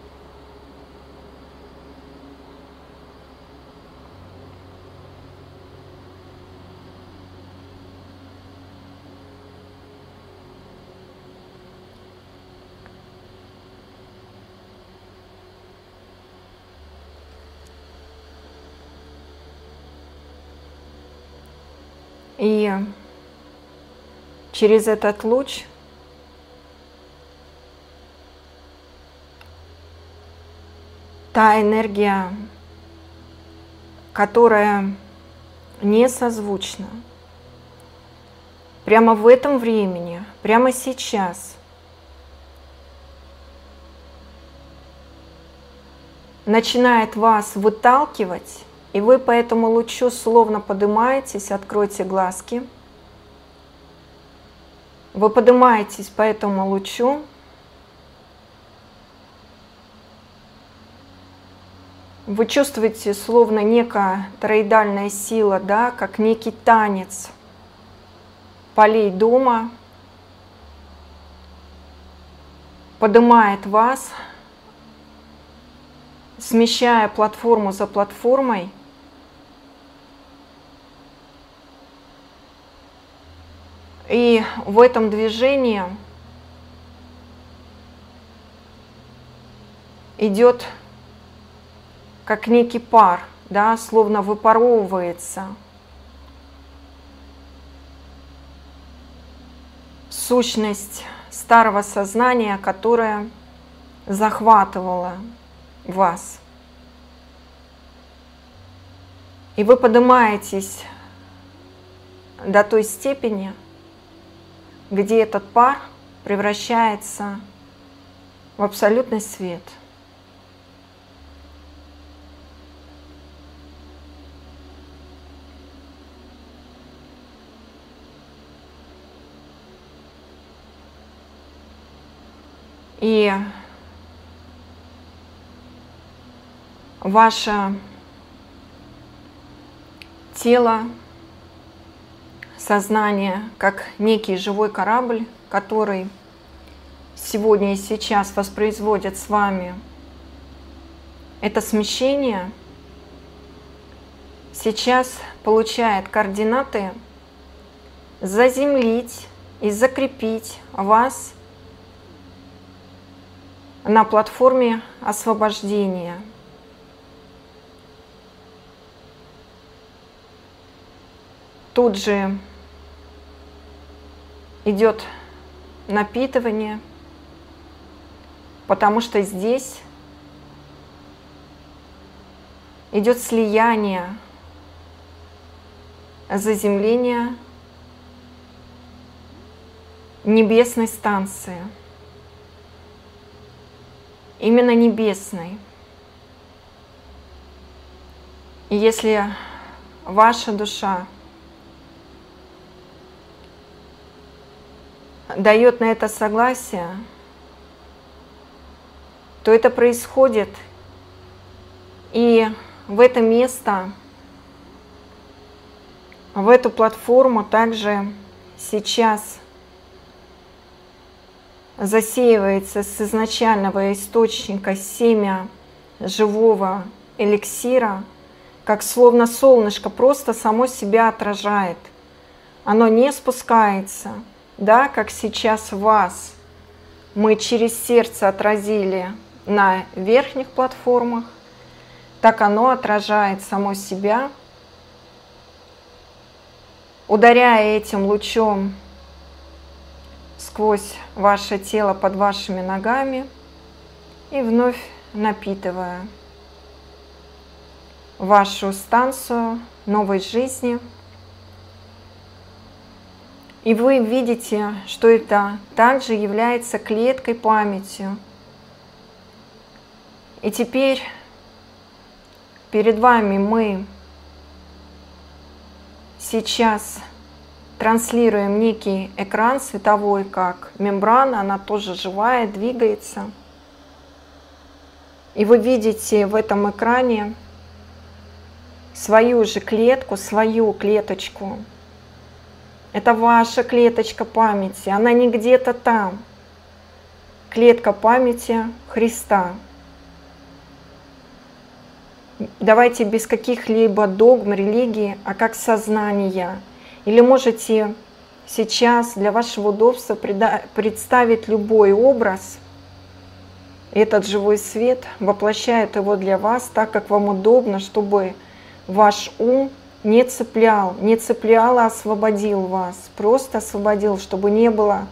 И через этот луч та энергия, которая не созвучна, прямо в этом времени, прямо сейчас начинает вас выталкивать. И вы по этому лучу словно поднимаетесь, откройте глазки. Вы поднимаетесь по этому лучу. Вы чувствуете словно некая тороидальная сила, да, как некий танец полей дома. Поднимает вас, смещая платформу за платформой. И в этом движении идет как некий пар, да, словно выпаровывается сущность старого сознания, которое захватывало вас. И вы поднимаетесь до той степени, где этот пар превращается в абсолютный свет. И ваше тело, сознание, как некий живой корабль, который сегодня и сейчас воспроизводит с вами это смещение, сейчас получает координаты заземлить и закрепить вас на платформе освобождения. Тут же идет напитывание, потому что здесь идет слияние, заземление небесной станции. Именно небесной. И если ваша душа дает на это согласие, то это происходит, и в это место, в эту платформу также сейчас засеивается с изначального источника семя живого эликсира, как словно солнышко просто само себя отражает. Оно не спускается, да, как сейчас вас мы через сердце отразили на верхних платформах, так оно отражает само себя, ударяя этим лучом сквозь ваше тело под вашими ногами и вновь напитывая вашу станцию новой жизни. И вы видите, что это также является клеткой памяти. И теперь перед вами мы сейчас транслируем некий экран световой, как мембрана, она тоже живая, двигается. И вы видите в этом экране свою же клетку, свою клеточку. Это ваша клеточка памяти, она не где-то там. Клетка памяти Христа. Давайте без каких-либо догм, религии, а как сознание. Или можете сейчас для вашего удобства представить любой образ. Этот живой свет воплощает его для вас так, как вам удобно, чтобы ваш ум не цеплял, не цеплял, а освободил вас. Просто освободил, чтобы не было,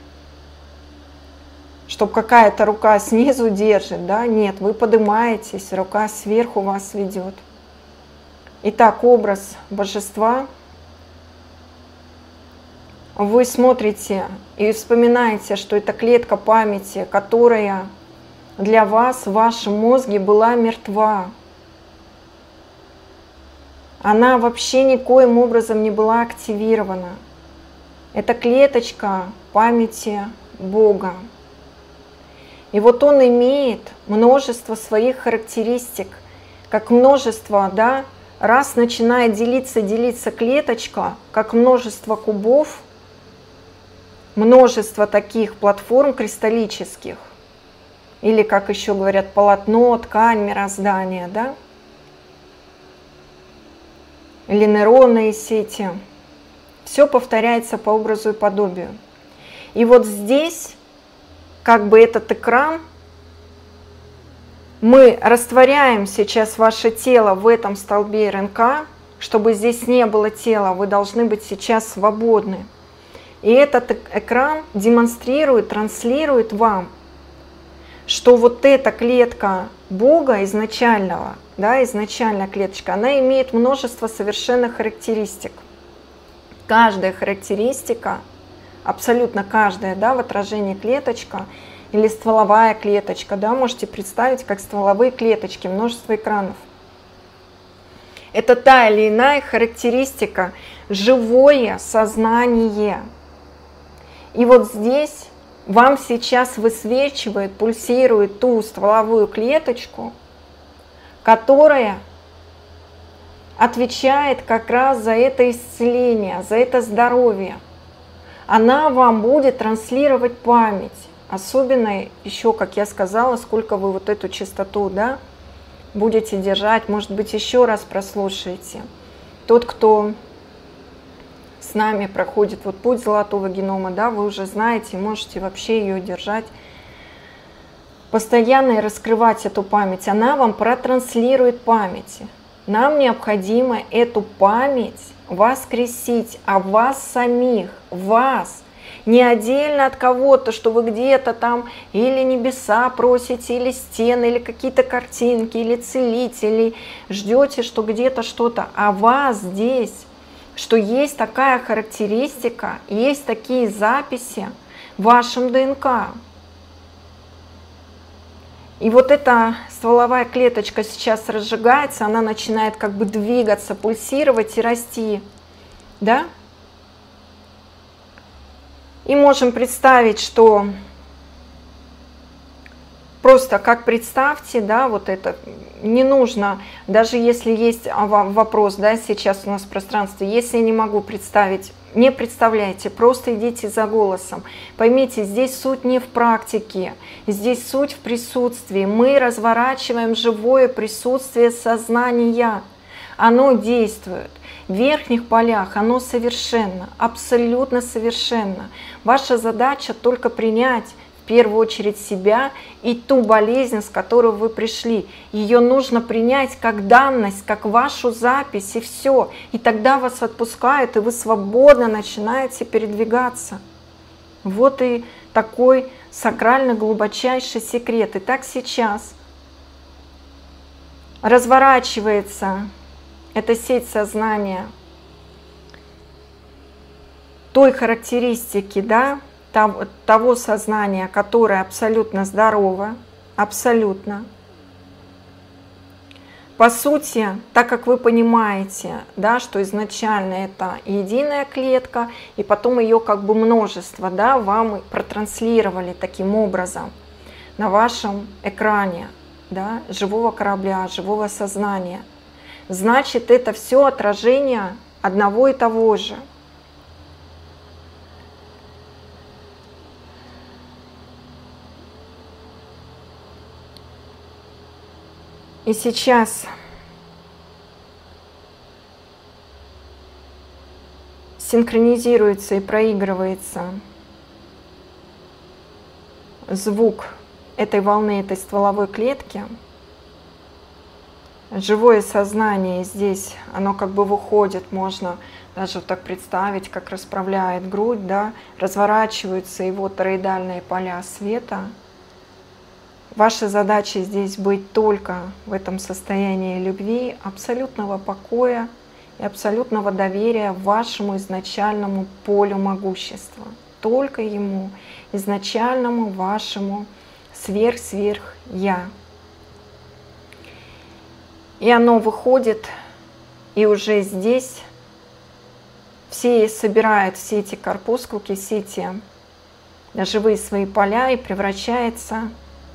чтобы какая-то рука снизу держит, да? Нет, вы поднимаетесь, рука сверху вас ведет. Итак, образ божества. Вы смотрите и вспоминаете, что это клетка памяти, которая для вас в вашем мозге была мертва. Она вообще никоим образом не была активирована. Это клеточка памяти Бога. И вот он имеет множество своих характеристик, как множество, да, раз начинает делиться, делиться клеточка, как множество кубов, множество таких платформ кристаллических, или, как еще говорят, полотно, ткань мироздания, да, или нейронные сети. Все повторяется по образу и подобию. И вот здесь, как бы этот экран, мы растворяем сейчас ваше тело в этом столбе РНК. Чтобы здесь не было тела, вы должны быть сейчас свободны. И этот экран демонстрирует, транслирует вам, что вот эта клетка Бога изначального, да, изначальная клеточка, она имеет множество совершенных характеристик. Каждая характеристика, абсолютно каждая, да, в отражении клеточка или стволовая клеточка, да, можете представить, как стволовые клеточки, множество экранов. Это та или иная характеристика, живое сознание. И вот здесь вам сейчас высвечивает, пульсирует ту стволовую клеточку, которая отвечает как раз за это исцеление, за это здоровье. Она вам будет транслировать память. Особенно еще, как я сказала, сколько вы вот эту частоту, да, будете держать, может быть, еще раз прослушаете. Тот, кто с нами проходит вот путь золотого генома, да, вы уже знаете, можете вообще ее держать постоянно и раскрывать эту память. Она вам протранслирует память. Нам необходимо эту память воскресить, а вас самих, вас, не отдельно от кого-то, что вы где-то там или небеса просите, или стены, или какие-то картинки, или целители, ждете, что где-то что-то, а вас здесь, что есть такая характеристика, есть такие записи в вашем ДНК. И вот эта стволовая клеточка сейчас разжигается, она начинает как бы двигаться, пульсировать и расти, да? И можем представить, что просто как представьте, да, вот это не нужно, даже если есть вопрос, да, сейчас у нас в пространстве, если я не могу представить, не представляйте, просто идите за голосом. Поймите, здесь суть не в практике, здесь суть в присутствии. Мы разворачиваем живое присутствие сознания. Оно действует. В верхних полях оно совершенно, абсолютно совершенно. Ваша задача только принять в первую очередь себя и ту болезнь, с которой вы пришли. Ее нужно принять как данность, как вашу запись, и все. И тогда вас отпускают, и вы свободно начинаете передвигаться. Вот и такой сакрально-глубочайший секрет. Итак, сейчас разворачивается эта сеть сознания той характеристики, да, того сознания, которое абсолютно здорово, абсолютно. По сути, так как вы понимаете, да, что изначально это единая клетка, и потом ее как бы множество, да, вам протранслировали таким образом на вашем экране, да, живого корабля, живого сознания, значит, это все отражение одного и того же. И сейчас синхронизируется и проигрывается звук этой волны, этой стволовой клетки. Живое сознание здесь, оно как бы выходит, можно даже вот так представить, как расправляет грудь, да, разворачиваются его тороидальные поля света. Ваша задача здесь быть только в этом состоянии любви, абсолютного покоя и абсолютного доверия вашему изначальному полю могущества. Только ему, изначальному вашему сверх-сверх-я. И оно выходит, и уже здесь все собирает все эти корпускулки, все эти живые свои поля и превращается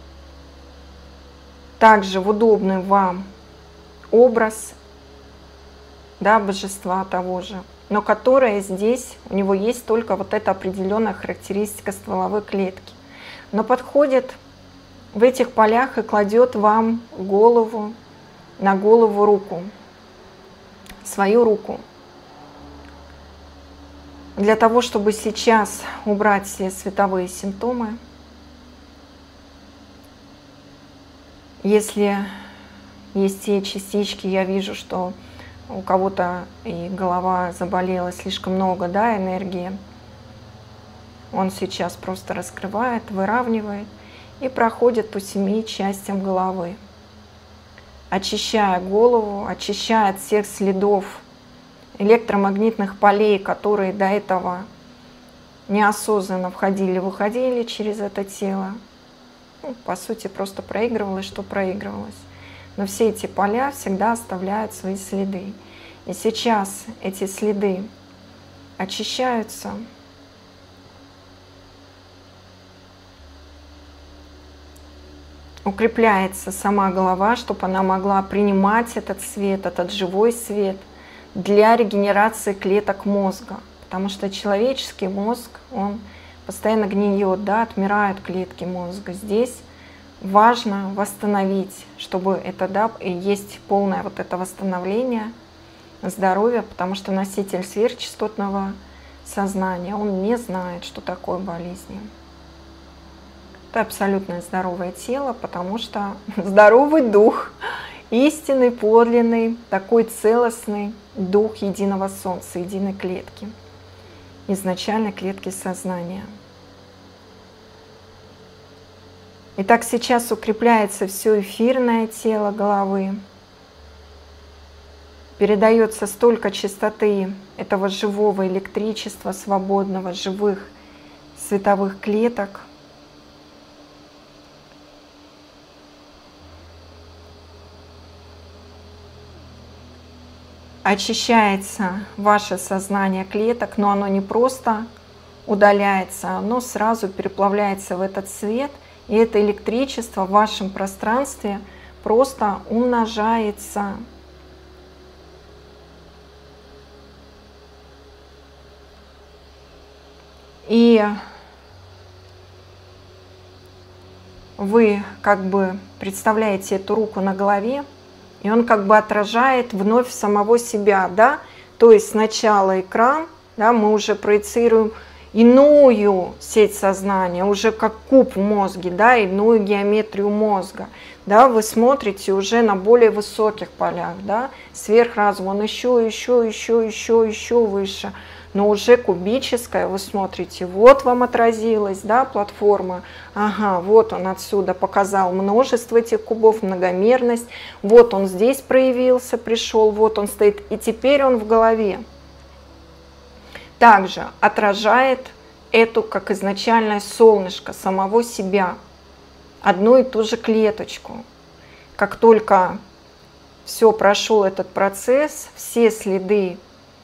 также в удобный вам образ, да, божества того же, но которое здесь, у него есть только вот эта определенная характеристика стволовой клетки. Но подходит в этих полях и кладет вам голову, на голову руку, свою руку. Для того, чтобы сейчас убрать все световые симптомы. Если есть те частички, я вижу, что у кого-то и голова заболела, слишком много, да, энергии, он сейчас просто раскрывает, выравнивает и проходит по семи частям головы, очищая голову, очищая от всех следов электромагнитных полей, которые до этого неосознанно входили-выходили через это тело. Ну, по сути, просто проигрывалось, что проигрывалось. Но все эти поля всегда оставляют свои следы. И сейчас эти следы очищаются. Укрепляется сама голова, чтобы она могла принимать этот свет, этот живой свет для регенерации клеток мозга. Потому что человеческий мозг, он постоянно гниет, да, отмирают клетки мозга. Здесь важно восстановить, чтобы это, да, и есть полное вот это восстановление здоровья, потому что носитель сверхчастотного сознания, он не знает, что такое болезни. Это абсолютно здоровое тело, потому что здоровый дух, истинный, подлинный, такой целостный дух единого солнца, единой клетки, изначальной клетки сознания. Итак, сейчас укрепляется все эфирное тело головы, передается столько чистоты этого живого электричества, свободного, живых световых клеток. Очищается ваше сознание клеток, но оно не просто удаляется, оно сразу переплавляется в этот свет, и это электричество в вашем пространстве просто умножается. И вы как бы представляете эту руку на голове, и он как бы отражает вновь самого себя, да, то есть сначала экран, да, мы уже проецируем иную сеть сознания, уже как куб в мозге, да, иную геометрию мозга, да, вы смотрите уже на более высоких полях, да, сверхразум, он еще, еще, еще, еще, еще выше, но уже кубическое, вы смотрите, вот вам отразилась, да, платформа, ага, вот он отсюда показал множество этих кубов, многомерность, вот он здесь проявился, пришел, вот он стоит, и теперь он в голове. Также отражает эту, как изначальное солнышко, самого себя, одну и ту же клеточку. Как только все прошел этот процесс, все следы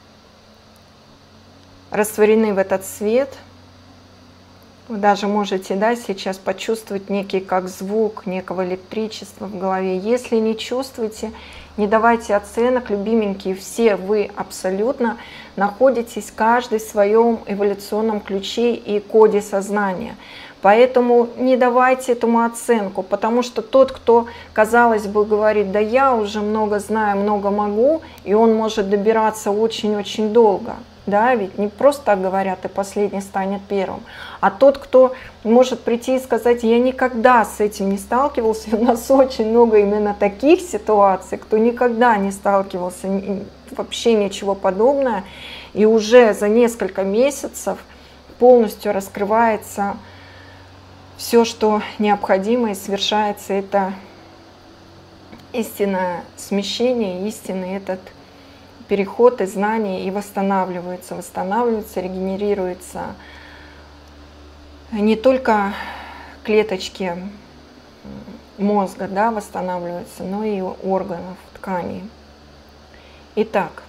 растворены в этот свет, вы даже можете, да, сейчас почувствовать некий как звук некого электричества в голове. Если не чувствуете, не давайте оценок, любименькие, все вы абсолютно находитесь каждый в своем эволюционном ключе и коде сознания. Поэтому не давайте этому оценку, потому что тот, кто, казалось бы, говорит, да я уже много знаю, много могу, и он может добираться очень-очень долго. Да, ведь не просто так говорят, и последний станет первым. А тот, кто может прийти и сказать, я никогда с этим не сталкивался, у нас очень много именно таких ситуаций, кто никогда не сталкивался, вообще ничего подобного, и уже за несколько месяцев полностью раскрывается все, что необходимо, и совершается это истинное смещение, истинный этот переход из знаний, и восстанавливается, восстанавливается, регенерируется не только клеточки мозга, да, восстанавливаются, но и органов, тканей. Итак,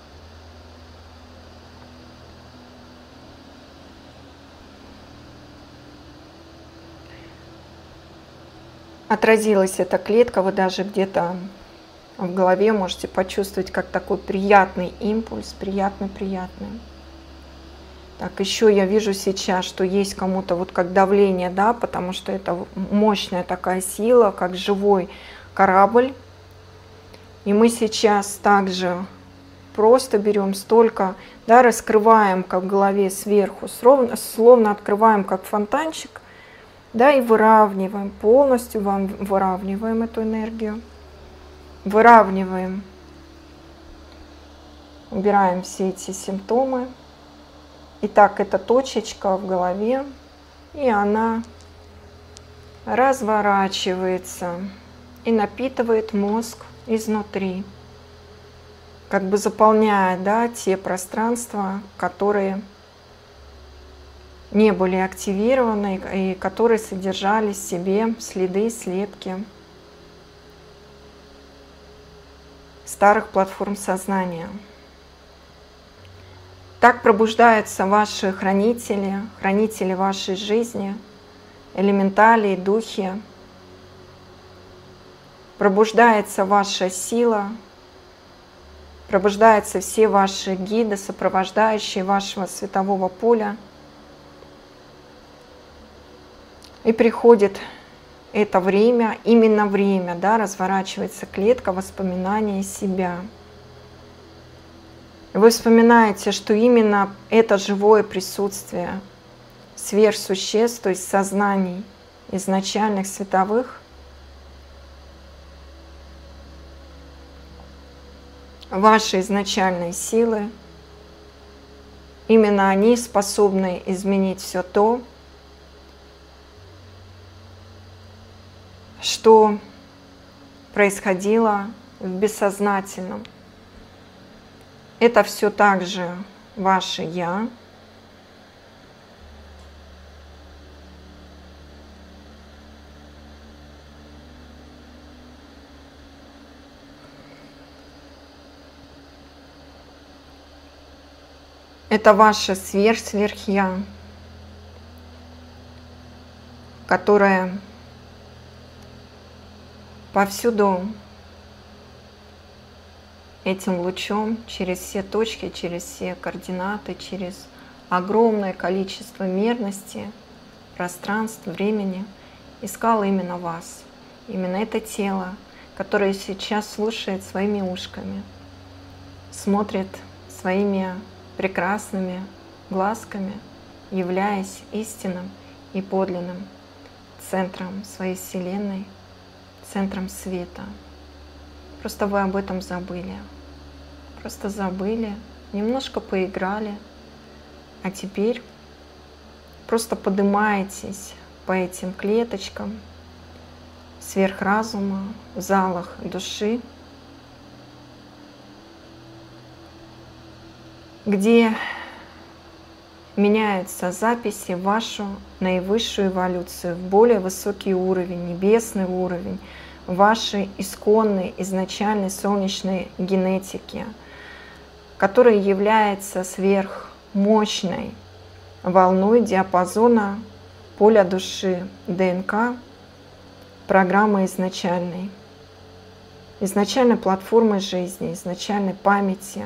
отразилась эта клетка, вы даже где-то в голове можете почувствовать как такой приятный импульс, приятный-приятный. Так, еще я вижу сейчас, что есть кому-то вот как давление, да, потому что это мощная такая сила, как живой корабль. И мы сейчас также просто берем столько, да, раскрываем как в голове сверху, словно, словно открываем как фонтанчик, да, и выравниваем, полностью вам выравниваем эту энергию. Выравниваем, убираем все эти симптомы. Итак, это точечка в голове, и она разворачивается и напитывает мозг изнутри. как бы заполняя, да, те пространства, которые не были активированы и которые содержали в себе следы, слепки старых платформ сознания. Так пробуждаются ваши хранители, хранители вашей жизни, элементали, духи. Пробуждается ваша сила, пробуждаются все ваши гиды, сопровождающие вашего светового поля. И приходит это время, именно время, да, разворачивается клетка воспоминания себя. Вы вспоминаете, что именно это живое присутствие сверхсуществ, то есть сознаний изначальных световых, ваши изначальные силы, именно они способны изменить все то, что происходило в бессознательном. Это все также ваше «Я». Это ваше сверх-сверх-я, которое повсюду этим лучом, через все точки, через все координаты, через огромное количество мерности, пространств, времени, искало именно вас. Именно это тело, которое сейчас слушает своими ушками, смотрит своими прекрасными глазками, являясь истинным и подлинным центром своей Вселенной, центром света. Просто вы об этом забыли. Просто забыли, немножко поиграли, а теперь просто поднимаетесь по этим клеточкам сверхразума в залах души, где меняются записи в вашу наивысшую эволюцию, в более высокий уровень, небесный уровень, вашей исконной, изначальной солнечной генетики, которая является сверхмощной волной диапазона поля души, ДНК, программы изначальной, изначальной платформы жизни, изначальной памяти,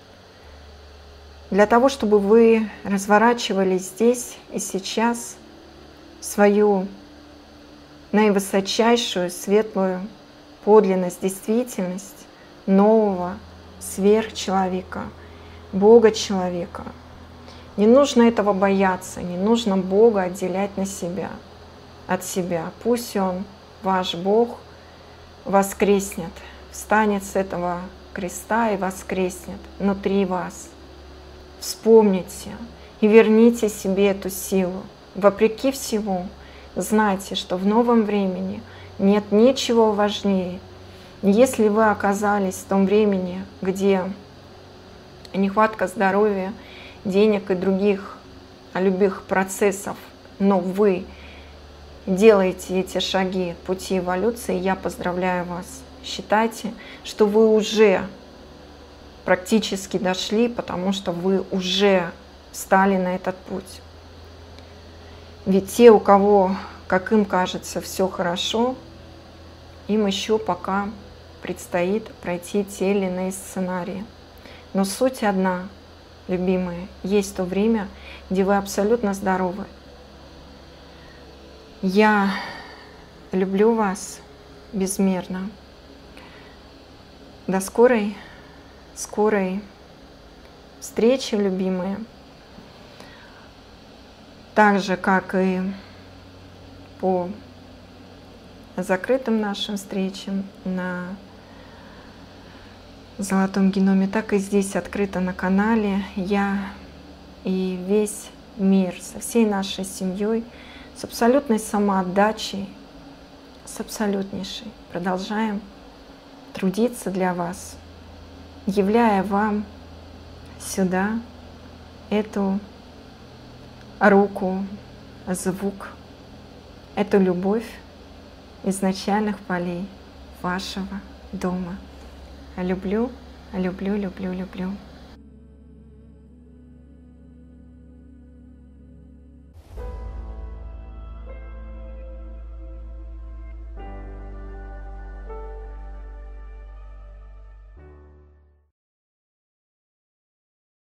для того, чтобы вы разворачивали здесь и сейчас свою наивысочайшую, светлую подлинность, действительность нового сверхчеловека, Бога-человека. Не нужно этого бояться, не нужно Бога отделять на себя, от себя. Пусть Он, ваш Бог, воскреснет, встанет с этого креста и воскреснет внутри вас. Вспомните и верните себе эту силу. Вопреки всему, знайте, что в новом времени нет ничего важнее. Если вы оказались в том времени, где нехватка здоровья, денег и других любых процессов, но вы делаете эти шаги пути эволюции, я поздравляю вас. Считайте, что вы уже практически дошли, потому что вы уже встали на этот путь. Ведь те, у кого, как им кажется, все хорошо, им еще пока предстоит пройти те или иные сценарии. Но суть одна, любимые, есть то время, где вы абсолютно здоровы. Я люблю вас безмерно. До скорой скорой встречи, любимые. Так же, как и по закрытым нашим встречам на Золотом геноме, так и здесь открыто на канале. Я и весь мир со всей нашей семьей, с абсолютной самоотдачей, с абсолютнейшей. Продолжаем трудиться для вас. являя вам сюда эту руку, звук, эту любовь изначальных полей вашего дома. Люблю, люблю, люблю, люблю.